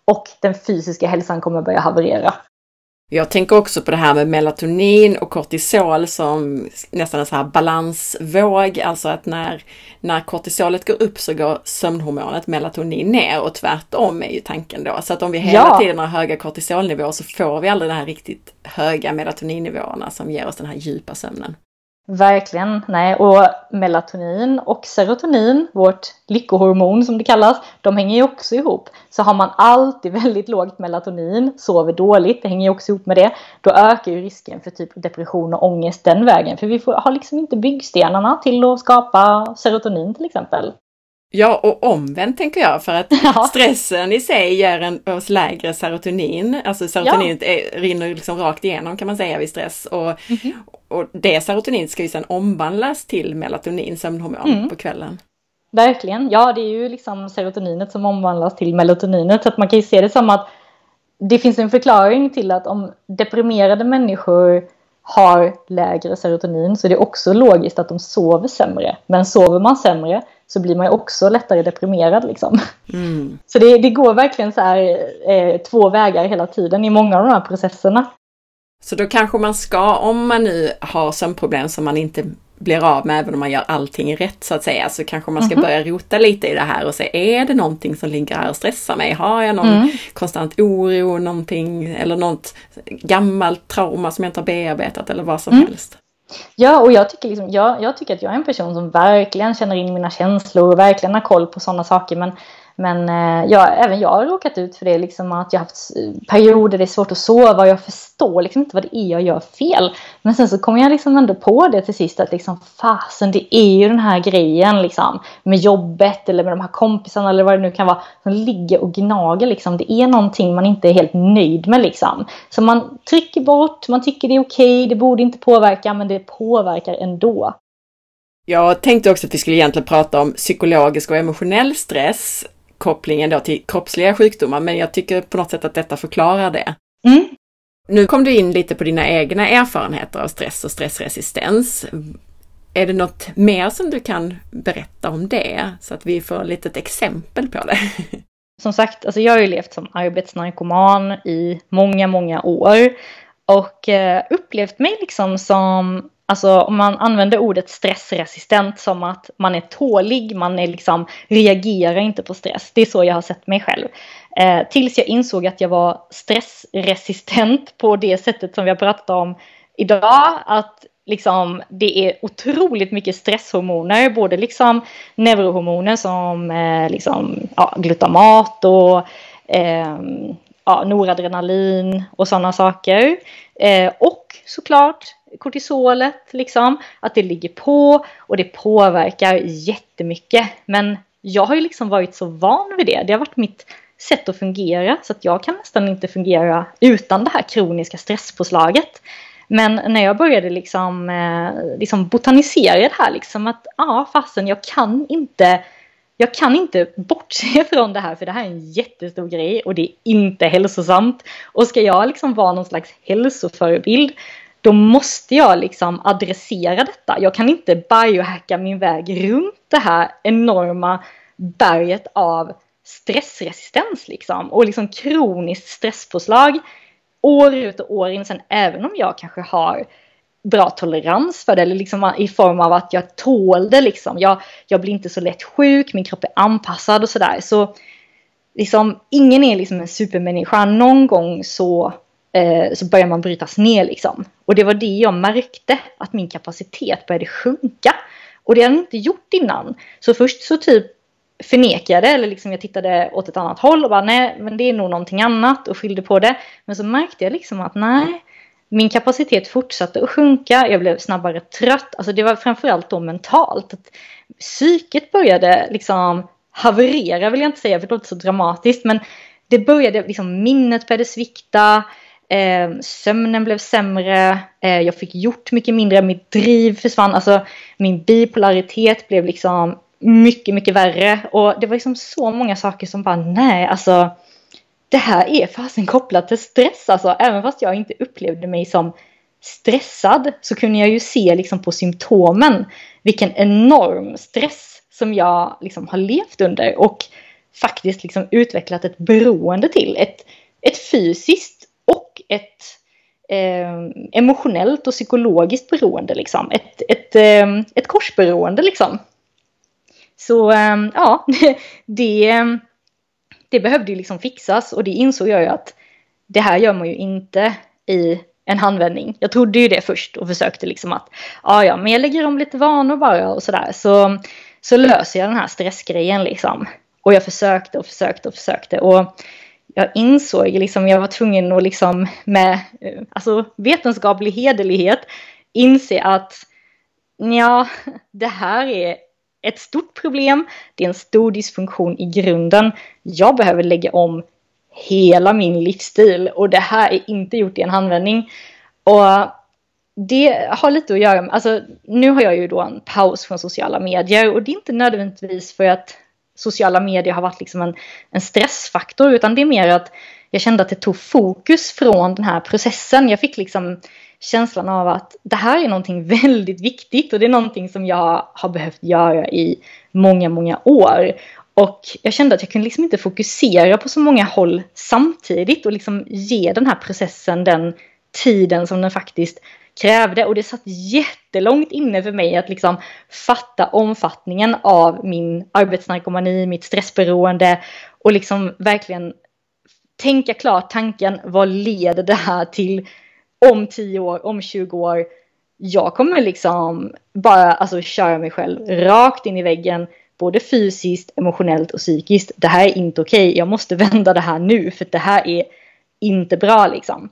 och den fysiska hälsan kommer börja haverera. Jag tänker också på det här med melatonin och kortisol som nästan en så här balansvåg. Alltså att när, när kortisolet går upp så går sömnhormonet melatonin ner och tvärtom är ju tanken då. Så att om vi hela ja. tiden har höga kortisolnivåer så får vi aldrig de här riktigt höga melatoninnivåerna som ger oss den här djupa sömnen. Verkligen, nej. Och melatonin och serotonin, vårt lyckohormon som det kallas, de hänger ju också ihop. Så har man alltid väldigt lågt melatonin, sover dåligt, det hänger ju också ihop med det, då ökar ju risken för typ depression och ångest den vägen. För vi får, har liksom inte byggstenarna till att skapa serotonin till exempel. Ja, och omvänt tänker jag, för att ja. stressen i sig gör en, oss lägre serotonin. Alltså serotonin ja. är, rinner liksom rakt igenom kan man säga vid stress. Och, mm-hmm. och det serotonin ska ju sedan omvandlas till melatonin, sömnhormon, mm. på kvällen. Verkligen, ja det är ju liksom serotoninet som omvandlas till melatoninet. Så att man kan ju se det som att det finns en förklaring till att om deprimerade människor har lägre serotonin så är det också logiskt att de sover sämre. Men sover man sämre så blir man ju också lättare deprimerad liksom. Mm. Så det, det går verkligen så här eh, två vägar hela tiden i många av de här processerna. Så då kanske man ska, om man nu har sömnproblem som man inte blir av med även om man gör allting rätt så att säga, så kanske man ska mm-hmm. börja rota lite i det här och se, är det någonting som ligger här och stressar mig? Har jag någon mm. konstant oro, någonting eller något gammalt trauma som jag inte har bearbetat eller vad som mm. helst? Ja, och jag tycker, liksom, jag, jag tycker att jag är en person som verkligen känner in mina känslor och verkligen har koll på sådana saker. Men, men ja, även jag har råkat ut för det. Liksom, att jag har haft perioder det är svårt att sova och jag förstår liksom inte vad det är jag gör fel. Men sen så kommer jag liksom ändå på det till sist att liksom, fasen, det är ju den här grejen liksom, med jobbet eller med de här kompisarna eller vad det nu kan vara som ligger och gnager. Liksom. Det är någonting man inte är helt nöjd med. Liksom. Så man trycker bort, man tycker det är okej, det borde inte påverka, men det påverkar ändå. Jag tänkte också att vi skulle egentligen prata om psykologisk och emotionell stress, kopplingen då till kroppsliga sjukdomar, men jag tycker på något sätt att detta förklarar det. Mm. Nu kom du in lite på dina egna erfarenheter av stress och stressresistens. Är det något mer som du kan berätta om det så att vi får lite ett exempel på det? Som sagt, alltså jag har ju levt som arbetsnarkoman i många, många år och eh, upplevt mig liksom som, alltså om man använder ordet stressresistent som att man är tålig, man är liksom, reagerar inte på stress. Det är så jag har sett mig själv. Eh, tills jag insåg att jag var stressresistent på det sättet som vi har pratat om idag. Att liksom, det är otroligt mycket stresshormoner, både liksom neurohormoner som eh, liksom, ja, glutamat och eh, ja, noradrenalin och sådana saker. Eh, och såklart kortisolet, liksom, att det ligger på och det påverkar jättemycket. Men jag har ju liksom varit så van vid det. Det har varit mitt sätt att fungera, så att jag kan nästan inte fungera utan det här kroniska stresspåslaget. Men när jag började liksom, eh, liksom botanisera det här, liksom, att ja, fasen, jag kan inte jag kan inte bortse från det här, för det här är en jättestor grej och det är inte hälsosamt. Och ska jag liksom vara någon slags hälsoförebild, då måste jag liksom adressera detta. Jag kan inte biohacka min väg runt det här enorma berget av stressresistens liksom, och liksom kroniskt stresspåslag år ut och år in. Sen även om jag kanske har bra tolerans för det, eller liksom i form av att jag tål det liksom. Jag, jag blir inte så lätt sjuk, min kropp är anpassad och sådär. Så liksom, ingen är liksom en supermänniska. Någon gång så, eh, så börjar man brytas ner liksom. Och det var det jag märkte, att min kapacitet började sjunka. Och det hade jag inte gjort innan. Så först så typ förnekade, eller liksom jag tittade åt ett annat håll och bara nej, men det är nog någonting annat och skyllde på det. Men så märkte jag liksom att nej, min kapacitet fortsatte att sjunka. Jag blev snabbare trött. Alltså det var framförallt då mentalt. Att psyket började liksom haverera, vill jag inte säga för det låter så dramatiskt. Men det började liksom, minnet började svikta. Eh, sömnen blev sämre. Eh, jag fick gjort mycket mindre. Mitt driv försvann. Alltså min bipolaritet blev liksom mycket, mycket värre. Och det var liksom så många saker som bara nej, alltså det här är fasen kopplat till stress. Alltså, även fast jag inte upplevde mig som stressad så kunde jag ju se liksom på symptomen vilken enorm stress som jag liksom har levt under. Och faktiskt liksom utvecklat ett beroende till. Ett, ett fysiskt och ett eh, emotionellt och psykologiskt beroende. Liksom. Ett, ett, eh, ett korsberoende liksom. Så eh, ja, det, det behövde ju liksom fixas, och det insåg jag ju att det här gör man ju inte i en handvändning. Jag trodde ju det först och försökte liksom att ja, ja, men jag lägger om lite vanor bara och sådär. Så, så löser jag den här stressgrejen liksom. Och jag försökte och försökte och försökte. Och jag insåg liksom, jag var tvungen att liksom med alltså, vetenskaplig hederlighet inse att ja, det här är ett stort problem. Det är en stor dysfunktion i grunden. Jag behöver lägga om hela min livsstil, och det här är inte gjort i en handvändning. Och det har lite att göra med, alltså nu har jag ju då en paus från sociala medier, och det är inte nödvändigtvis för att sociala medier har varit liksom en, en stressfaktor, utan det är mer att jag kände att det tog fokus från den här processen. Jag fick liksom känslan av att det här är någonting väldigt viktigt, och det är någonting som jag har behövt göra i många, många år. Och jag kände att jag kunde liksom inte fokusera på så många håll samtidigt och liksom ge den här processen den tiden som den faktiskt krävde. Och det satt jättelångt inne för mig att liksom fatta omfattningen av min arbetsnarkomani, mitt stressberoende, och liksom verkligen tänka klart tanken, vad leder det här till om tio år, om tjugo år? Jag kommer liksom bara alltså köra mig själv rakt in i väggen, både fysiskt, emotionellt och psykiskt. Det här är inte okej. Jag måste vända det här nu, för det här är inte bra liksom.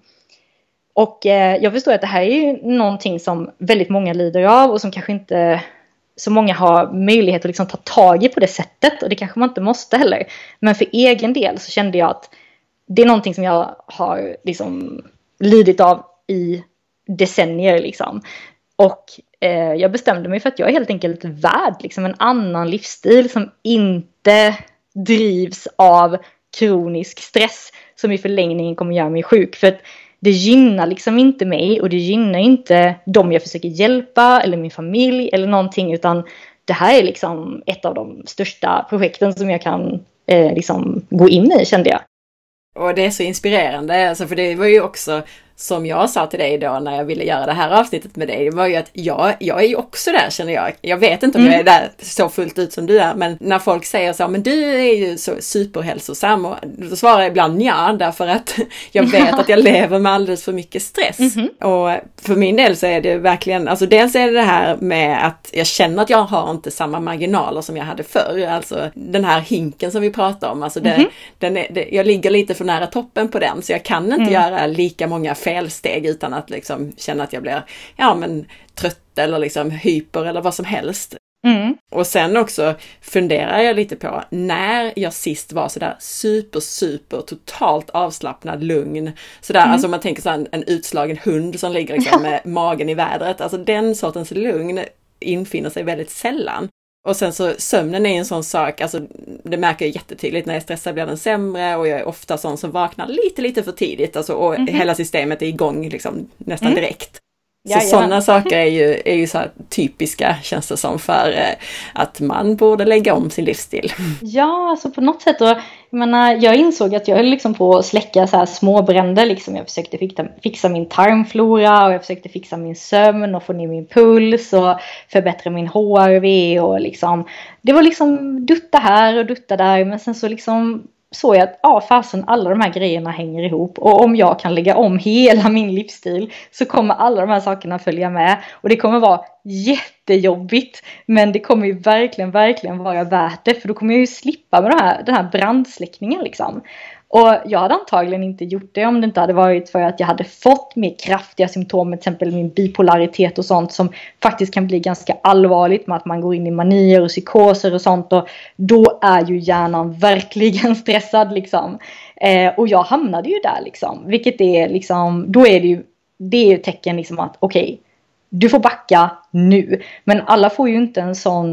Och eh, jag förstår att det här är ju någonting som väldigt många lider av, och som kanske inte så många har möjlighet att liksom ta tag i på det sättet. Och det kanske man inte måste heller. Men för egen del så kände jag att det är någonting som jag har liksom lidit av i decennier liksom. Och eh, jag bestämde mig för att jag är helt enkelt värd liksom en annan livsstil som inte drivs av kronisk stress, som i förlängningen kommer göra mig sjuk. För att det gynnar liksom inte mig, och det gynnar inte de jag försöker hjälpa eller min familj eller någonting, utan det här är liksom ett av de största projekten som jag kan eh, liksom gå in i, kände jag. Och det är så inspirerande, alltså, för det var ju också som jag sa till dig då när jag ville göra det här avsnittet med dig, det var ju att jag, jag är ju också där, känner jag. Jag vet inte om mm. jag är där så fullt ut som du är, men när folk säger så, men du är ju så superhälsosam, och då svarar jag ibland ja, därför att jag vet att jag lever med alldeles för mycket stress. Mm-hmm. Och för min del så är det verkligen, alltså dels är det det här med att jag känner att jag har inte samma marginaler som jag hade förr, alltså den här hinken som vi pratar om, alltså det, mm-hmm. den är, det, jag ligger lite för nära toppen på den, så jag kan inte mm. göra lika många felsteg utan att liksom känna att jag blir ja, men trött eller liksom hyper eller vad som helst. Mm. Och sen också funderar jag lite på när jag sist var sådär super, super totalt avslappnad, lugn. Sådär, mm. alltså man tänker så en, en utslagen hund som ligger liksom med magen i vädret. Alltså den sortens lugn infinner sig väldigt sällan. Och sen så sömnen är en sån sak, alltså det märker jag jättetydligt när jag stressar blir den sämre, och jag är ofta sån som vaknar lite lite för tidigt, alltså, och mm-hmm. hela systemet är igång liksom nästan mm. direkt. Så ja, sådana ja. saker är ju, är ju så här typiska, känns det som, för eh, att man borde lägga om sin livsstil. Ja, alltså på något sätt. Och, jag, menar, jag insåg att jag höll liksom på att släcka så här små bränder. Liksom. Jag försökte fixa, fixa min tarmflora, och jag försökte fixa min sömn och få ner min puls och förbättra min H R V. Och liksom, det var liksom dutta här och dutta där, men sen så liksom så jag att ja, fasen, alla de här grejerna hänger ihop, och om jag kan lägga om hela min livsstil så kommer alla de här sakerna följa med, och det kommer vara jättejobbigt, men det kommer ju verkligen, verkligen vara värt det, för då kommer jag ju slippa med det här, den här brandsläckningen liksom. Och jag hade antagligen inte gjort det om det inte hade varit för att jag hade fått mer kraftiga symptom, till exempel min bipolaritet och sånt, som faktiskt kan bli ganska allvarligt med att man går in i manier och psykoser och sånt, och då är ju hjärnan verkligen stressad liksom. Eh, och jag hamnade ju där liksom, vilket är liksom, då är det ju, det är ju ett tecken liksom att okej, okay, du får backa nu, men alla får ju inte en sån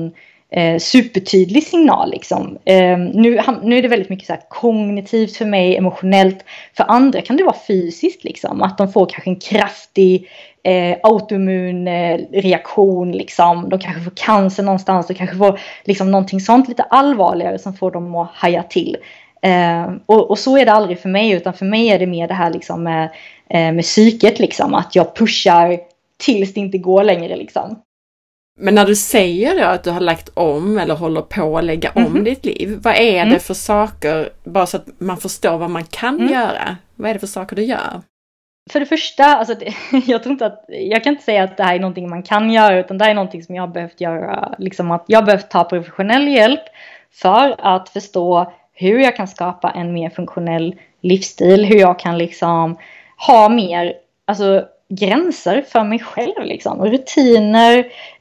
eh, supertydlig signal liksom. Eh, nu, nu är det väldigt mycket så här kognitivt för mig, emotionellt. För andra kan det vara fysiskt liksom. Att de får kanske en kraftig eh, autoimmun eh, reaktion liksom. De kanske får cancer någonstans. De kanske får liksom någonting sånt lite allvarligare som får dem att haja till. Eh, och, och så är det aldrig för mig, utan för mig är det mer det här liksom med, eh, med psyket liksom. Att jag pushar tills det inte går längre liksom. Men när du säger då att du har lagt om eller håller på att lägga om mm-hmm. ditt liv, vad är mm. det för saker, bara så att man förstår vad man kan mm. göra? Vad är det för saker du gör? För det första, alltså, jag tror inte att, jag kan inte säga att det här är någonting man kan göra, utan det här är någonting som jag har behövt göra, liksom att jag har behövt ta professionell hjälp för att förstå hur jag kan skapa en mer funktionell livsstil, hur jag kan liksom ha mer, alltså gränser för mig själv liksom, rutiner,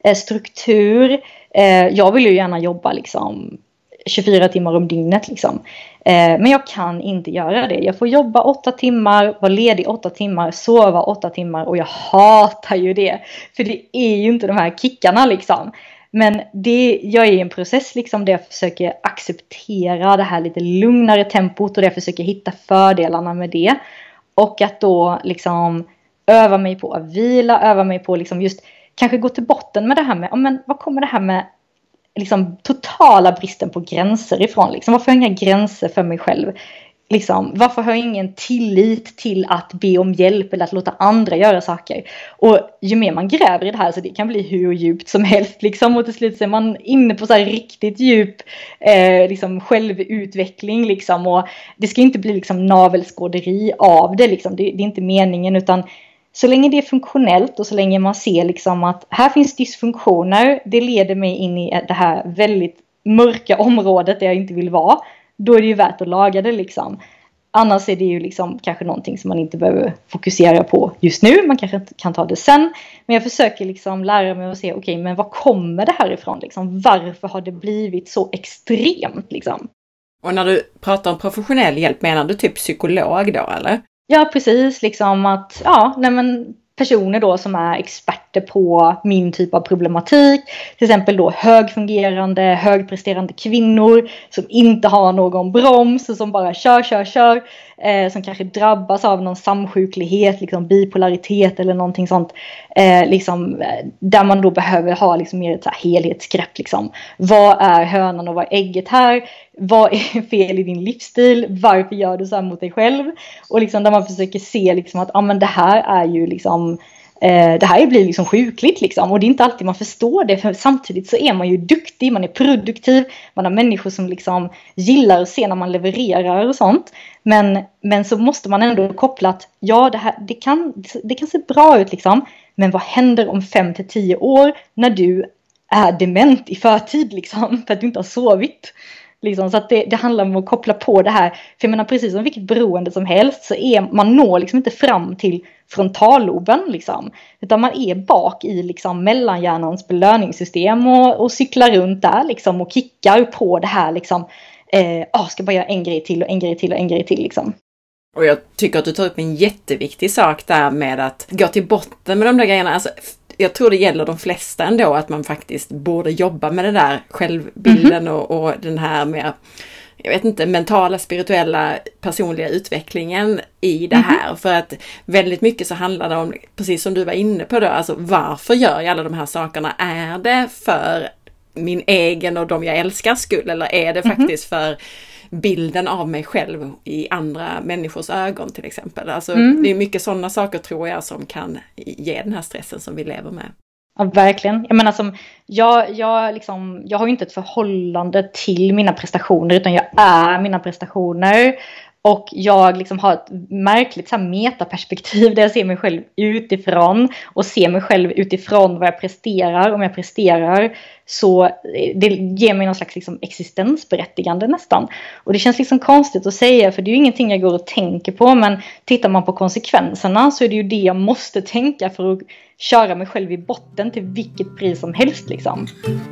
struktur. Jag vill ju gärna jobba liksom tjugofyra timmar om dygnet liksom. Men jag kan inte göra det. Jag får jobba åtta timmar, vara ledig åtta timmar, sova åtta timmar, och jag hatar ju det. För det är ju inte de här kickarna liksom. Men det, jag är i en process liksom där jag försöker acceptera det här lite lugnare tempot, och där jag försöker hitta fördelarna med det. Och att då liksom öva mig på att vila, öva mig på liksom just kanske gå till botten med det här med, ja, men vad kommer det här med liksom totala bristen på gränser ifrån liksom? Varför har jag inga gränser för mig själv? Liksom, varför har jag ingen tillit till att be om hjälp eller att låta andra göra saker? Och ju mer man gräver i det här, så det kan bli hur djupt som helst liksom, och till slut så är man inne på så här riktigt djup eh, liksom självutveckling liksom, och det ska inte bli liksom navelskåderi av det liksom, det, det är inte meningen, utan så länge det är funktionellt och så länge man ser liksom att här finns dysfunktioner, det leder mig in i det här väldigt mörka området där jag inte vill vara, då är det ju värt att laga det liksom. Annars är det ju liksom kanske någonting som man inte behöver fokusera på just nu. Man kanske kan ta det sen. Men jag försöker liksom lära mig att se, okej, okay, men var kommer det här ifrån liksom? Varför har det blivit så extremt liksom? Och när du pratar om professionell hjälp, menar du typ psykolog då, eller? Ja, precis. Liksom att, ja, nej men personer då som är experter på min typ av problematik. Till exempel då högfungerande, högpresterande kvinnor som inte har någon broms och som bara kör, kör, kör. Eh, som kanske drabbas av någon samsjuklighet, liksom bipolaritet eller någonting sånt. Eh, liksom, där man då behöver ha liksom mer ett så här helhetsgrepp. Liksom. Vad är hönan och vad är ägget här? Vad är fel i din livsstil? Varför gör du så här mot dig själv? Och liksom där man försöker se liksom att ah, men det här är ju liksom eh, det här blir liksom sjukligt liksom. Och det är inte alltid man förstår det, för samtidigt så är man ju duktig, man är produktiv, man har människor som liksom gillar att se när man levererar och sånt. Men, men så måste man ändå koppla att ja, det, här, det, kan, det kan se bra ut liksom. Men vad händer om fem till tio år när du är dement i förtid liksom, för att du inte har sovit? Liksom, så att det, det handlar om att koppla på det här. För jag menar, precis som vilket beroende som helst så är man når liksom inte fram till frontalloben liksom. Utan man är bak i liksom mellanhjärnans belöningssystem och, och cyklar runt där liksom och kickar på det här liksom. Eh, ah, ska bara göra en grej till och en grej till och en grej till liksom. Och jag tycker att du tar upp en jätteviktig sak där med att gå till botten med de där grejerna. Alltså, jag tror det gäller de flesta ändå att man faktiskt borde jobba med det där självbilden mm-hmm. och, och den här med, jag vet inte, mentala, spirituella, personliga utvecklingen i det här. Mm-hmm. För att väldigt mycket så handlar det om, precis som du var inne på då, alltså varför gör jag alla de här sakerna? Är det för min egen och de jag älskar skull, eller är det mm-hmm. faktiskt för bilden av mig själv i andra människors ögon till exempel. Alltså mm. det är mycket sådana saker tror jag som kan ge den här stressen som vi lever med. Ja, verkligen. Jag menar som, jag, jag, liksom, jag har ju inte ett förhållande till mina prestationer, utan jag är mina prestationer. Och jag liksom har ett märkligt så här metaperspektiv där jag ser mig själv utifrån och ser mig själv utifrån vad jag presterar. Om jag presterar så det ger mig någon slags liksom existensberättigande nästan. Och det känns liksom konstigt att säga, för det är ju ingenting jag går och tänker på. Men tittar man på konsekvenserna så är det ju det jag måste tänka för att köra mig själv i botten till vilket pris som helst liksom.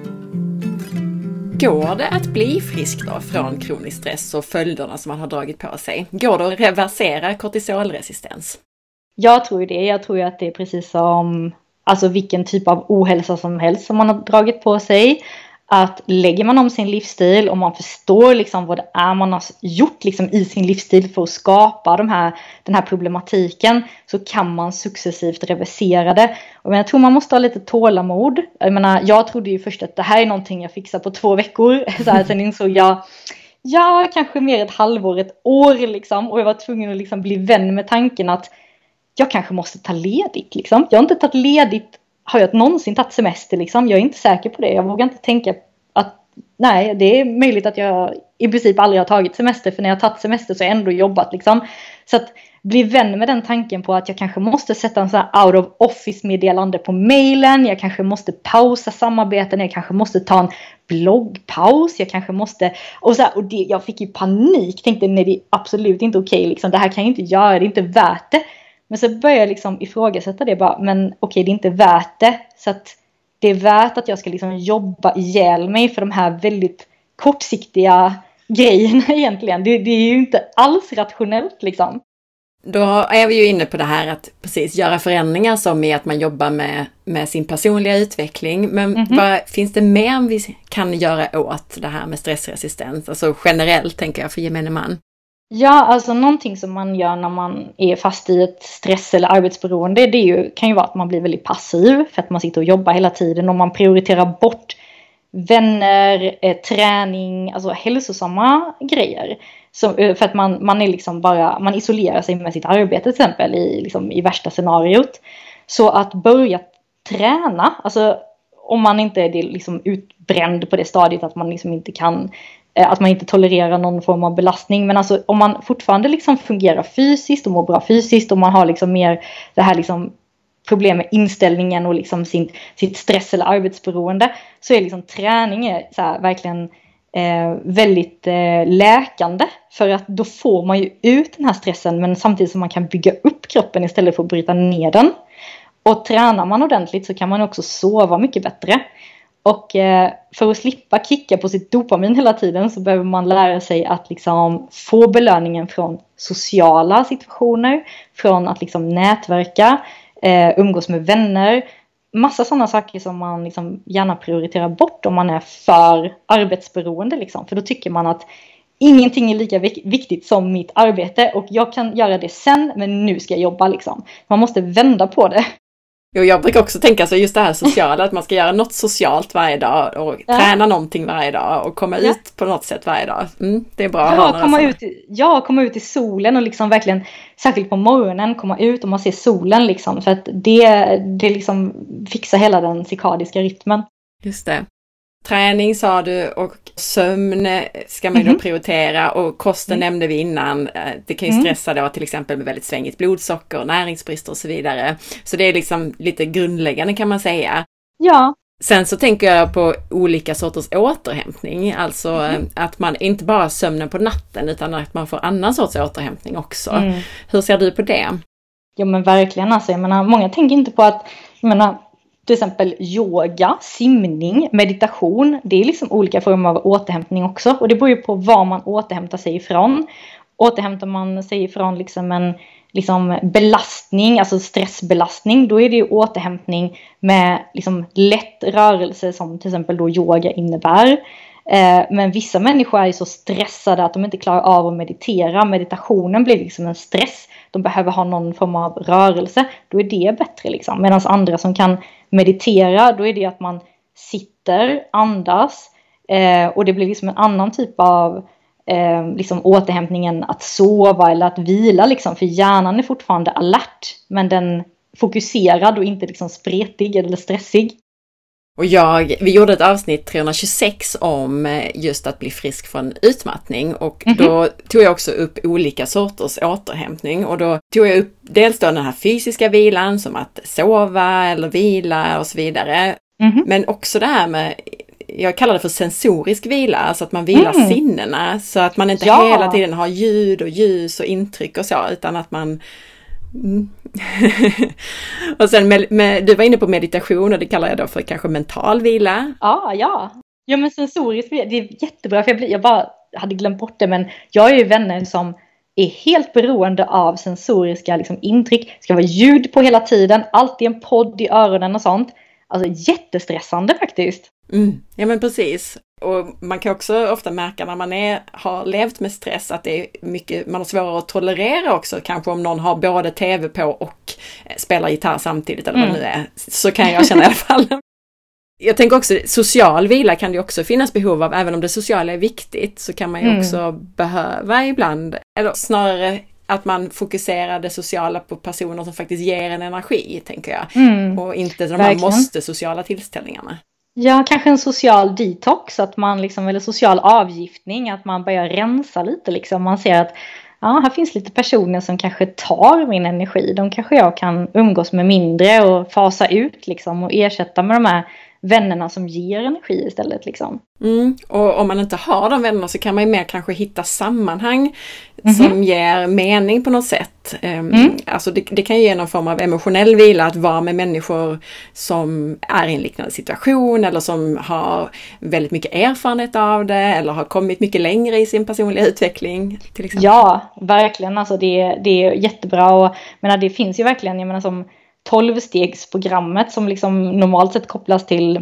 Går det att bli frisk då från kronisk stress och följderna som man har dragit på sig? Går det att reversera kortisolresistens? Jag tror ju det. Jag tror ju att det är precis som alltså vilken typ av ohälsa som helst som man har dragit på sig. att lägger man om sin livsstil och man förstår liksom vad det är man har gjort liksom i sin livsstil för att skapa de här, den här problematiken, så kan man successivt reversera det. Och jag tror man måste ha lite tålamod. Jag menar, jag trodde ju först att det här är någonting jag fixar på två veckor. Så här, sen insåg jag, ja, kanske mer ett halvår, ett år liksom. Och jag var tvungen att liksom bli vän med tanken att jag kanske måste ta ledigt liksom. Jag har inte tagit ledigt. Har jag någonsin tagit semester liksom? Jag är inte säker på det. Jag vågar inte tänka att nej, det är möjligt att jag i princip aldrig har tagit semester. För när jag har tagit semester så har jag ändå jobbat liksom. Så att bli vän med den tanken på att jag kanske måste sätta en sån här out of office meddelande på mailen. Jag kanske måste pausa samarbeten. Jag kanske måste ta en bloggpaus. Jag kanske måste... Och, så här, och det, jag fick ju panik. Tänkte nej, det är absolut inte okej. Liksom. Det här kan jag inte göra. Det är inte värt det. Men så börjar jag liksom ifrågasätta det bara. Men okej, det är inte värt det. Så att det är värt att jag ska liksom jobba ihjäl mig för de här väldigt kortsiktiga grejerna egentligen. Det, det är ju inte alls rationellt liksom. Då är vi ju inne på det här att precis göra förändringar som är att man jobbar med, med sin personliga utveckling. Men mm-hmm. vad finns det mer vi kan göra åt det här med stressresistens? Alltså generellt tänker jag för gemene man. Ja, alltså någonting som man gör när man är fast i ett stress- eller arbetsberoende, det är ju, kan ju vara att man blir väldigt passiv för att man sitter och jobbar hela tiden och man prioriterar bort vänner, eh, träning, alltså hälsosamma grejer. Så, för att man, man är liksom bara, man isolerar sig med sitt arbete till exempel i, liksom, i värsta scenariot. Så att börja träna, alltså om man inte är liksom utbränd på det stadiet att man liksom inte kan, att man inte tolererar någon form av belastning. Men alltså om man fortfarande liksom fungerar fysiskt och mår bra fysiskt och man har liksom mer det här liksom problem med inställningen och liksom sin, sitt stress eller arbetsberoende, så är liksom träning är så här, verkligen eh, väldigt eh, läkande. För att då får man ju ut den här stressen, men samtidigt som man kan bygga upp kroppen istället för att bryta ner den. Och tränar man ordentligt så kan man också sova mycket bättre. Och eh, för att slippa kicka på sitt dopamin hela tiden så behöver man lära sig att liksom få belöningen från sociala situationer, från att liksom nätverka, eh, umgås med vänner. Massa sådana saker som man liksom gärna prioriterar bort om man är för arbetsberoende. Liksom. För då tycker man att ingenting är lika viktigt som mitt arbete och jag kan göra det sen, men nu ska jag jobba. Liksom. Man måste vända på det. Jo, jag brukar också tänka så just det här sociala, att man ska göra något socialt varje dag och ja. träna någonting varje dag och komma ja. ut på något sätt varje dag. Mm, det är bra att ja, ha några komma ut, ja, komma ut i solen och liksom verkligen, särskilt på morgonen, komma ut och man ser solen liksom, för att det, det liksom fixar hela den cirkadiska rytmen. Just det. Träning sa du och sömn ska man ju mm-hmm. då prioritera och kosten mm. nämnde vi innan. Det kan ju stressa mm. då till exempel med väldigt svängigt blodsocker, näringsbrister och så vidare. Så det är liksom lite grundläggande kan man säga. Ja. Sen så tänker jag på olika sorters återhämtning. Alltså mm. att man inte bara sömnen på natten utan att man får annan sorts återhämtning också. Mm. Hur ser du på det? Ja men verkligen alltså. Jag menar, många tänker inte på att, jag menar, till exempel yoga, simning, meditation. Det är liksom olika former av återhämtning också. Och det beror ju på vad man återhämtar sig ifrån. Återhämtar man sig ifrån liksom en liksom belastning, alltså stressbelastning. Då är det ju återhämtning med liksom lätt rörelse som till exempel då yoga innebär. Eh, men vissa människor är ju så stressade att de inte klarar av att meditera. Meditationen blir liksom en stress. De behöver ha någon form av rörelse. Då är det bättre liksom. Medan andra som kan meditera, då är det att man sitter, andas. Eh, och det blir liksom en annan typ av eh, liksom återhämtning än att sova eller att vila. Liksom. För hjärnan är fortfarande alert. Men den fokuserad och inte liksom spretig eller stressig. Och jag, vi gjorde ett avsnitt trehundratjugosex om just att bli frisk från utmattning och mm-hmm. då tog jag också upp olika sorters återhämtning och då tog jag upp dels då den här fysiska vilan som att sova eller vila och så vidare. Mm-hmm. Men också det här med, jag kallar det för sensorisk vila, alltså att man vilar mm. sinnena så att man inte ja. hela tiden har ljud och ljus och intryck och så utan att man Mm. och sen med, med, du var inne på meditation och det kallar jag då för kanske mental vila. Ja, ja. Ja men sensorisk vila, det är jättebra för jag, blir, jag bara hade glömt bort det men jag är ju vänner som är helt beroende av sensoriska liksom, intryck. Det ska vara ljud på hela tiden, alltid en podd i öronen och sånt. Alltså jättestressande faktiskt. Mm. Ja men precis. Och man kan också ofta märka när man är, har levt med stress att det är mycket, man har svårare att tolerera också. Kanske om någon har både tv på och spelar gitarr samtidigt eller vad Mm. det nu är. Så kan jag känna i alla fall. Jag tänker också, social vila kan det också finnas behov av. Även om det sociala är viktigt så kan man ju Mm. också behöva ibland, eller snarare att man fokuserar det sociala på personer som faktiskt ger en energi, tänker jag. Mm. Och inte de här Verkligen. måste-sociala tillställningarna. Ja, kanske en social detox, att man liksom, eller social avgiftning, att man börjar rensa lite liksom. Man ser att ja, här finns lite personer som kanske tar min energi. De kanske jag kan umgås med mindre och fasa ut liksom och ersätta med de här vännerna som ger energi istället liksom. Mm. Och om man inte har de vännerna så kan man ju mer kanske hitta sammanhang Mhm. som ger mening på något sätt. Um, Mm. Alltså det, det kan ge någon form av emotionell vila att vara med människor som är i en liknande situation eller som har väldigt mycket erfarenhet av det eller har kommit mycket längre i sin personliga utveckling till exempel. Ja, verkligen. Alltså det, det är jättebra. Och, men det finns ju verkligen, jag menar som tolvstegsprogrammet som liksom normalt sett kopplas till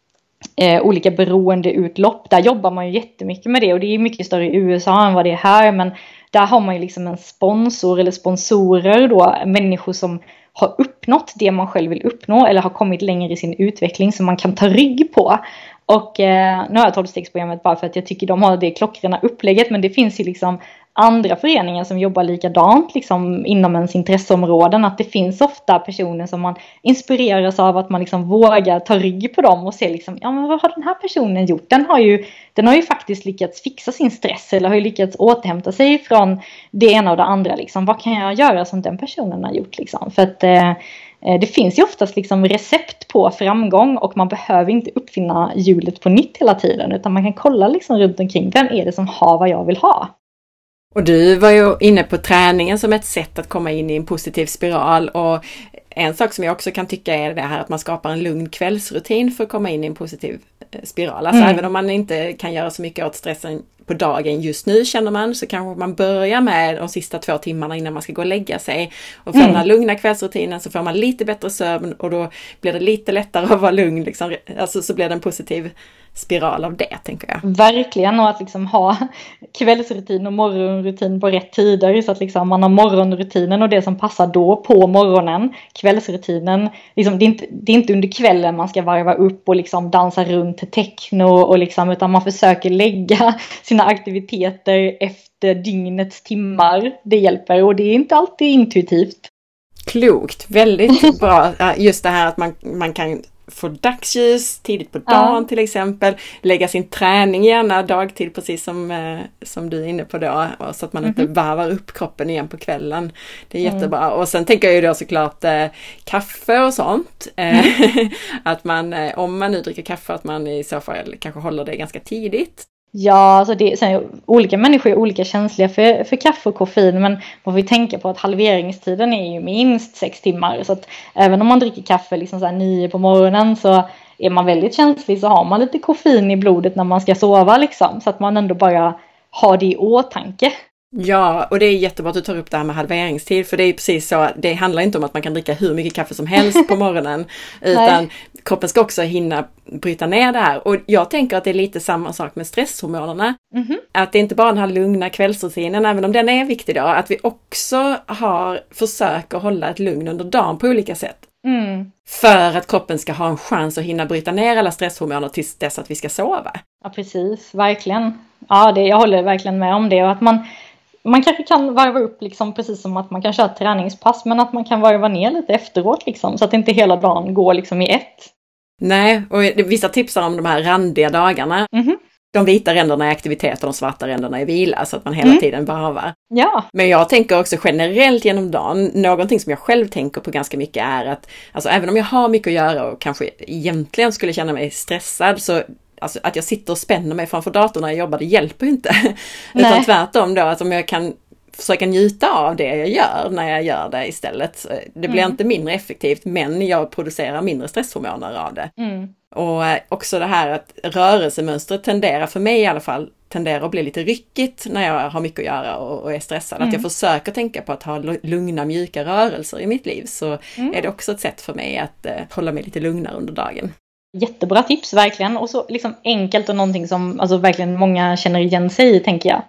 eh, olika beroendeutlopp. Där jobbar man ju jättemycket med det och det är mycket större i U S A än vad det är här. Men där har man ju liksom en sponsor eller sponsorer då, människor som har uppnått det man själv vill uppnå eller har kommit längre i sin utveckling som man kan ta rygg på. Och eh, nu har jag tolvstegsprogrammet bara för att jag tycker de har det klockrena upplägget, men det finns ju liksom andra föreningar som jobbar likadant liksom inom ens intresseområden, att det finns ofta personer som man inspireras av, att man liksom vågar ta rygg på dem och se liksom, ja men vad har den här personen gjort? Den har ju, den har ju faktiskt lyckats fixa sin stress eller har ju lyckats återhämta sig från det ena och det andra liksom. Vad kan jag göra som den personen har gjort liksom? För att eh, det finns ju oftast liksom recept på framgång och man behöver inte uppfinna hjulet på nytt hela tiden, utan man kan kolla liksom runt omkring, vem är det som har vad jag vill ha? Och du var ju inne på träningen som ett sätt att komma in i en positiv spiral, och en sak som jag också kan tycka är det här att man skapar en lugn kvällsrutin för att komma in i en positiv spiral. Alltså mm. även om man inte kan göra så mycket åt stressen på dagen just nu, känner man, så kanske man börjar med de sista två timmarna innan man ska gå och lägga sig. Och för mm. den här lugna kvällsrutinen så får man lite bättre sömn och då blir det lite lättare att vara lugn. Liksom. Alltså så blir det en positiv spiral av det, tänker jag. Verkligen, och att liksom ha kvällsrutin och morgonrutin på rätt tider, så att liksom man har morgonrutinen och det som passar då på morgonen. Kvällsrutinen, liksom, det, är inte, det är inte under kvällen man ska varva upp och liksom dansa runt till techno och liksom, utan man försöker lägga sina aktiviteter efter dygnets timmar. Det hjälper, och det är inte alltid intuitivt. Klokt, väldigt bra. Just det här att man, man kan få dagsljus tidigt på dagen ja. till exempel. Lägga sin träning gärna dagtid, precis som, eh, som du är inne på då. Så att man mm-hmm. inte varvar upp kroppen igen på kvällen. Det är mm. jättebra. Och sen tänker jag ju då såklart eh, kaffe och sånt. Mm. Att man, eh, om man nu dricker kaffe, att man i så fall kanske håller det ganska tidigt. Ja, alltså det, sen, olika människor är olika känsliga för, för kaffe och koffein, men man får ju tänka på att halveringstiden är ju minst sex timmar. Så att även om man dricker kaffe liksom så här nio på morgonen, så är man väldigt känslig, så har man lite koffein i blodet när man ska sova liksom. Så att man ändå bara har det i åtanke. Ja, och det är jättebra att du tar upp det här med halveringstid, för det är precis så, det handlar inte om att man kan dricka hur mycket kaffe som helst på morgonen, utan kroppen ska också hinna bryta ner det här. Och jag tänker att det är lite samma sak med stresshormonerna. Mm-hmm. Att det inte bara är den här lugna kvällsrutinen, även om den är viktig då, att vi också har försöker hålla ett lugn under dagen på olika sätt. Mm. För att kroppen ska ha en chans att hinna bryta ner alla stresshormoner tills dess att vi ska sova. Ja, precis. Verkligen. Ja, det, jag håller verkligen med om det. Och att man Man kanske kan varva upp liksom, precis som att man kan köra ett träningspass, men att man kan varva ner lite efteråt liksom, så att inte hela dagen går liksom i ett. Nej, och vissa tipsar om de här randiga dagarna. Mm-hmm. De vita ränderna är aktivitet och de svarta ränderna är vila, så att man hela mm. tiden varvar. Ja. Men jag tänker också generellt genom dagen, någonting som jag själv tänker på ganska mycket är att, alltså även om jag har mycket att göra och kanske egentligen skulle känna mig stressad, så alltså att jag sitter och spänner mig framför datorn när jag jobbar, det hjälper ju inte. Utan tvärtom då, att om jag kan försöka njuta av det jag gör när jag gör det istället. Det blir mm. inte mindre effektivt, men jag producerar mindre stresshormoner av det. Mm. Och också det här att rörelsemönstret tenderar, för mig i alla fall, tenderar att bli lite ryckigt när jag har mycket att göra och, och är stressad. Mm. Att jag försöker tänka på att ha lugna, mjuka rörelser i mitt liv, så mm. är det också ett sätt för mig att eh, hålla mig lite lugnare under dagen. Jättebra tips, verkligen. Och så liksom enkelt och någonting som alltså verkligen många känner igen sig i, tänker jag.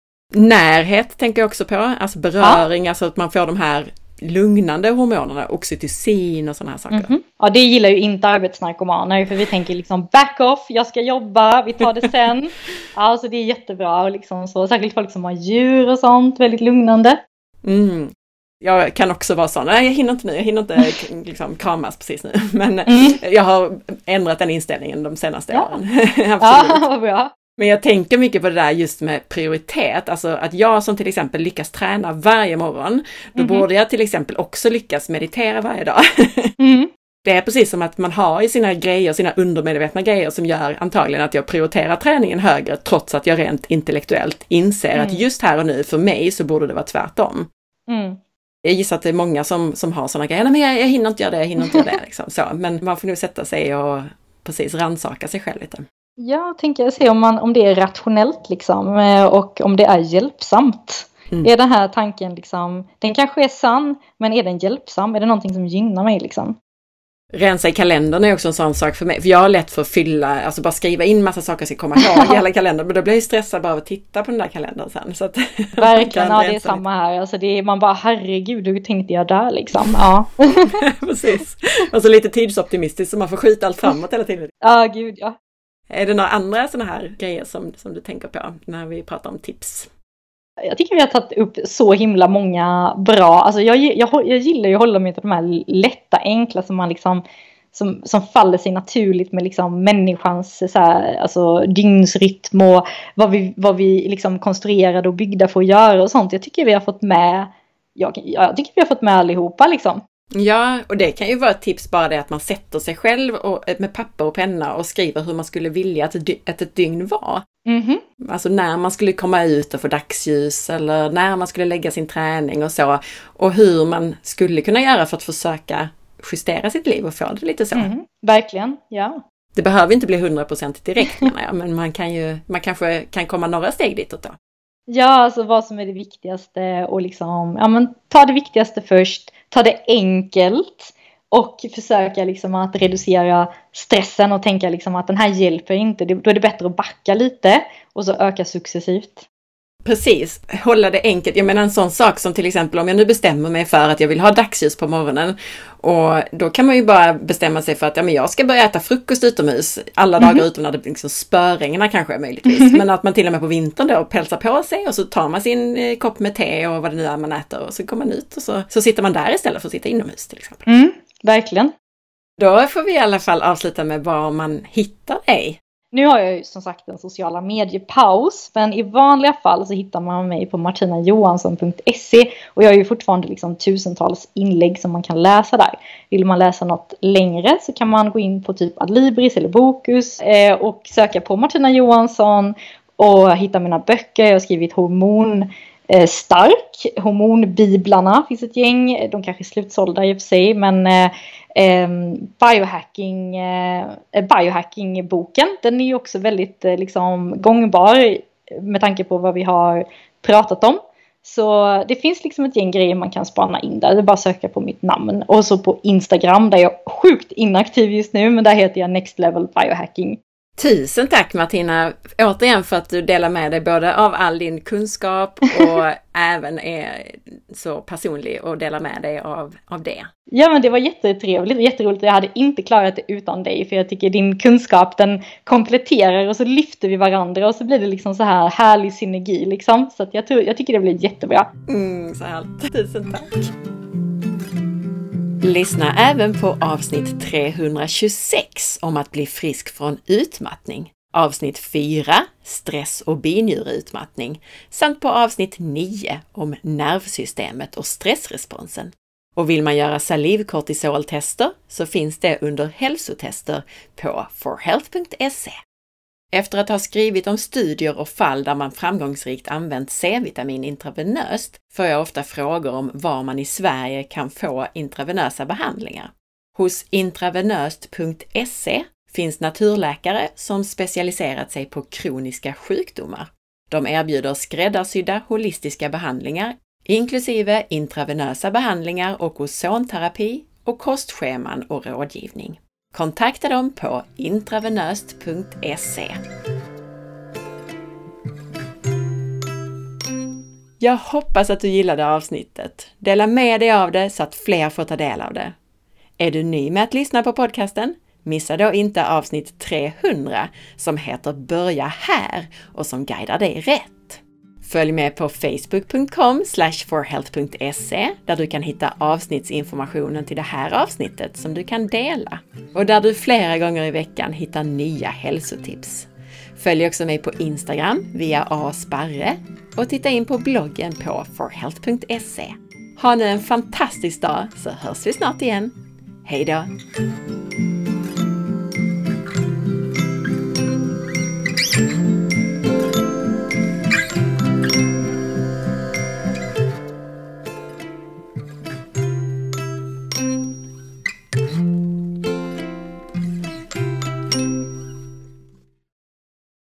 Närhet tänker jag också på, alltså beröring, ja. Alltså att man får de här lugnande hormonerna, oxytocin och sådana här saker. Mm-hmm. Ja, det gillar ju inte arbetsnarkomaner, för vi tänker liksom back off, jag ska jobba, vi tar det sen. Alltså det är jättebra och liksom så, särskilt folk som har djur och sånt, väldigt lugnande. Mm. Jag kan också vara sån, nej jag hinner inte nu, jag hinner inte liksom kramas precis nu. Men mm. jag har ändrat den inställningen de senaste ja. åren. Absolut. Ja, vad bra. Men jag tänker mycket på det där just med prioritet. Alltså att jag som till exempel lyckas träna varje morgon, då mm. borde jag till exempel också lyckas meditera varje dag. Mm. Det är precis som att man har i sina grejer, sina undermedvetna grejer som gör antagligen att jag prioriterar träningen högre, trots att jag rent intellektuellt inser mm. att just här och nu för mig så borde det vara tvärtom. Mm. Jag gissar att det är många som, som har sådana grejer. Nej, men jag, jag hinner inte göra det, jag hinner inte göra det. Liksom. Så, men man får nu sätta sig och precis rannsaka sig själv lite. Jag tänker se om, man, om det är rationellt liksom, och om det är hjälpsamt. Mm. Är den här tanken liksom, den kanske är sann, men är den hjälpsam? Är det någonting som gynnar mig liksom? Rensa i kalendern är också en sån sak för mig. För jag har lätt för att fylla, alltså bara skriva in massa saker så jag kommer ihåg i hela kalendern. Men då blir jag stressad bara av att titta på den där kalendern sen. Så att verkligen, ja det är samma här. Alltså det är, man bara, herregud, hur tänkte jag där liksom? Ja. Precis. Alltså lite tidsoptimistiskt så man får skjuta allt framåt hela tiden. Ja, gud ja. Är det några andra såna här grejer som, som du tänker på när vi pratar om tips? Jag tycker vi har tagit upp så himla många bra. Alltså jag, jag, jag gillar ju att hålla mig till de här lätta, enkla som man liksom som, som faller sig naturligt med liksom människans så här, alltså dygnsrytm och vad vi, vad vi liksom konstruerade och byggda för att göra och sånt. Jag tycker vi har fått med jag, jag tycker vi har fått med allihopa liksom. Ja, och det kan ju vara ett tips bara det att man sätter sig själv och, med papper och penna och skriver hur man skulle vilja att, att ett dygn var. Mm-hmm. Alltså när man skulle komma ut och få dagsljus eller när man skulle lägga sin träning och så. Och hur man skulle kunna göra för att försöka justera sitt liv och få det lite så. Mm-hmm. Verkligen, ja. Det behöver inte bli hundra procent direkt menar jag, men man kan ju, man kanske kan komma några steg ditåt då. Ja, alltså vad som är det viktigaste och liksom, ja men ta det viktigaste först, ta det enkelt och försöka liksom att reducera stressen och tänka liksom att den här hjälper inte, då är det bättre att backa lite och så öka successivt. Precis, hålla det enkelt. Jag menar en sån sak som till exempel om jag nu bestämmer mig för att jag vill ha dagsljus på morgonen och då kan man ju bara bestämma sig för att ja, men jag ska börja äta frukost utomhus alla dagar mm-hmm. utom när det liksom spöregnar kanske möjligtvis. Mm-hmm. Men att man till och med på vintern då pälsar på sig och så tar man sin eh, kopp med te och vad det nu är man äter och så kommer man ut och så, så sitter man där istället för att sitta inomhus till exempel. Mm, verkligen. Då får vi i alla fall avsluta med var man hittar dig. Nu har jag ju som sagt en sociala mediepaus, men i vanliga fall så hittar man mig på martina johansson punkt se och jag har ju fortfarande liksom tusentals inlägg som man kan läsa där. Vill man läsa något längre så kan man gå in på typ Adlibris eller Bokus eh, och söka på Martina Johansson och hitta mina böcker. Jag har skrivit hormon eh, stark, hormonbiblarna finns ett gäng, de kanske är slutsålda i och för sig, men eh, Um, biohacking uh, biohacking-boken, den är ju också väldigt uh, liksom gångbar med tanke på vad vi har pratat om. Så det finns liksom ett gäng grejer man kan spana in där. Det är bara att söka på mitt namn. Och så på Instagram där jag är sjukt inaktiv just nu, men där heter jag Next Level Biohacking. Tusen tack Martina, återigen för att du delar med dig både av all din kunskap och även är så personlig och delar med dig av, av det. Ja, men det var jättetrevligt och jätteroligt. Jag hade inte klarat det utan dig, för jag tycker din kunskap den kompletterar och så lyfter vi varandra och så blir det liksom så här härlig synergi liksom. Så att jag, tror, jag tycker det blir jättebra. Mm, så härligt. Tusen tack. Lyssna även på avsnitt trehundratjugosex om att bli frisk från utmattning, avsnitt fyra, stress och binjureutmattning, samt på avsnitt nio om nervsystemet och stressresponsen. Och vill man göra salivkortisoltester så finns det under hälsotester på for health punkt se. Efter att ha skrivit om studier och fall där man framgångsrikt använt C-vitamin intravenöst får jag ofta frågor om var man i Sverige kan få intravenösa behandlingar. Hos intravenöst punkt se finns naturläkare som specialiserat sig på kroniska sjukdomar. De erbjuder skräddarsydda holistiska behandlingar, inklusive intravenösa behandlingar och ozonterapi och kostscheman och rådgivning. Kontakta dem på intravenöst punkt se. Jag hoppas att du gillade avsnittet. Dela med dig av det så att fler får ta del av det. Är du ny med att lyssna på podcasten? Missa då inte avsnitt trehundra som heter Börja här och som guidar dig rätt. Följ med på facebook punkt com slash forhealth punkt se där du kan hitta avsnittsinformationen till det här avsnittet som du kan dela. Och där du flera gånger i veckan hittar nya hälsotips. Följ också mig på Instagram via asparre och titta in på bloggen på forhealth punkt se. Ha nu en fantastisk dag så hörs vi snart igen. Hej då!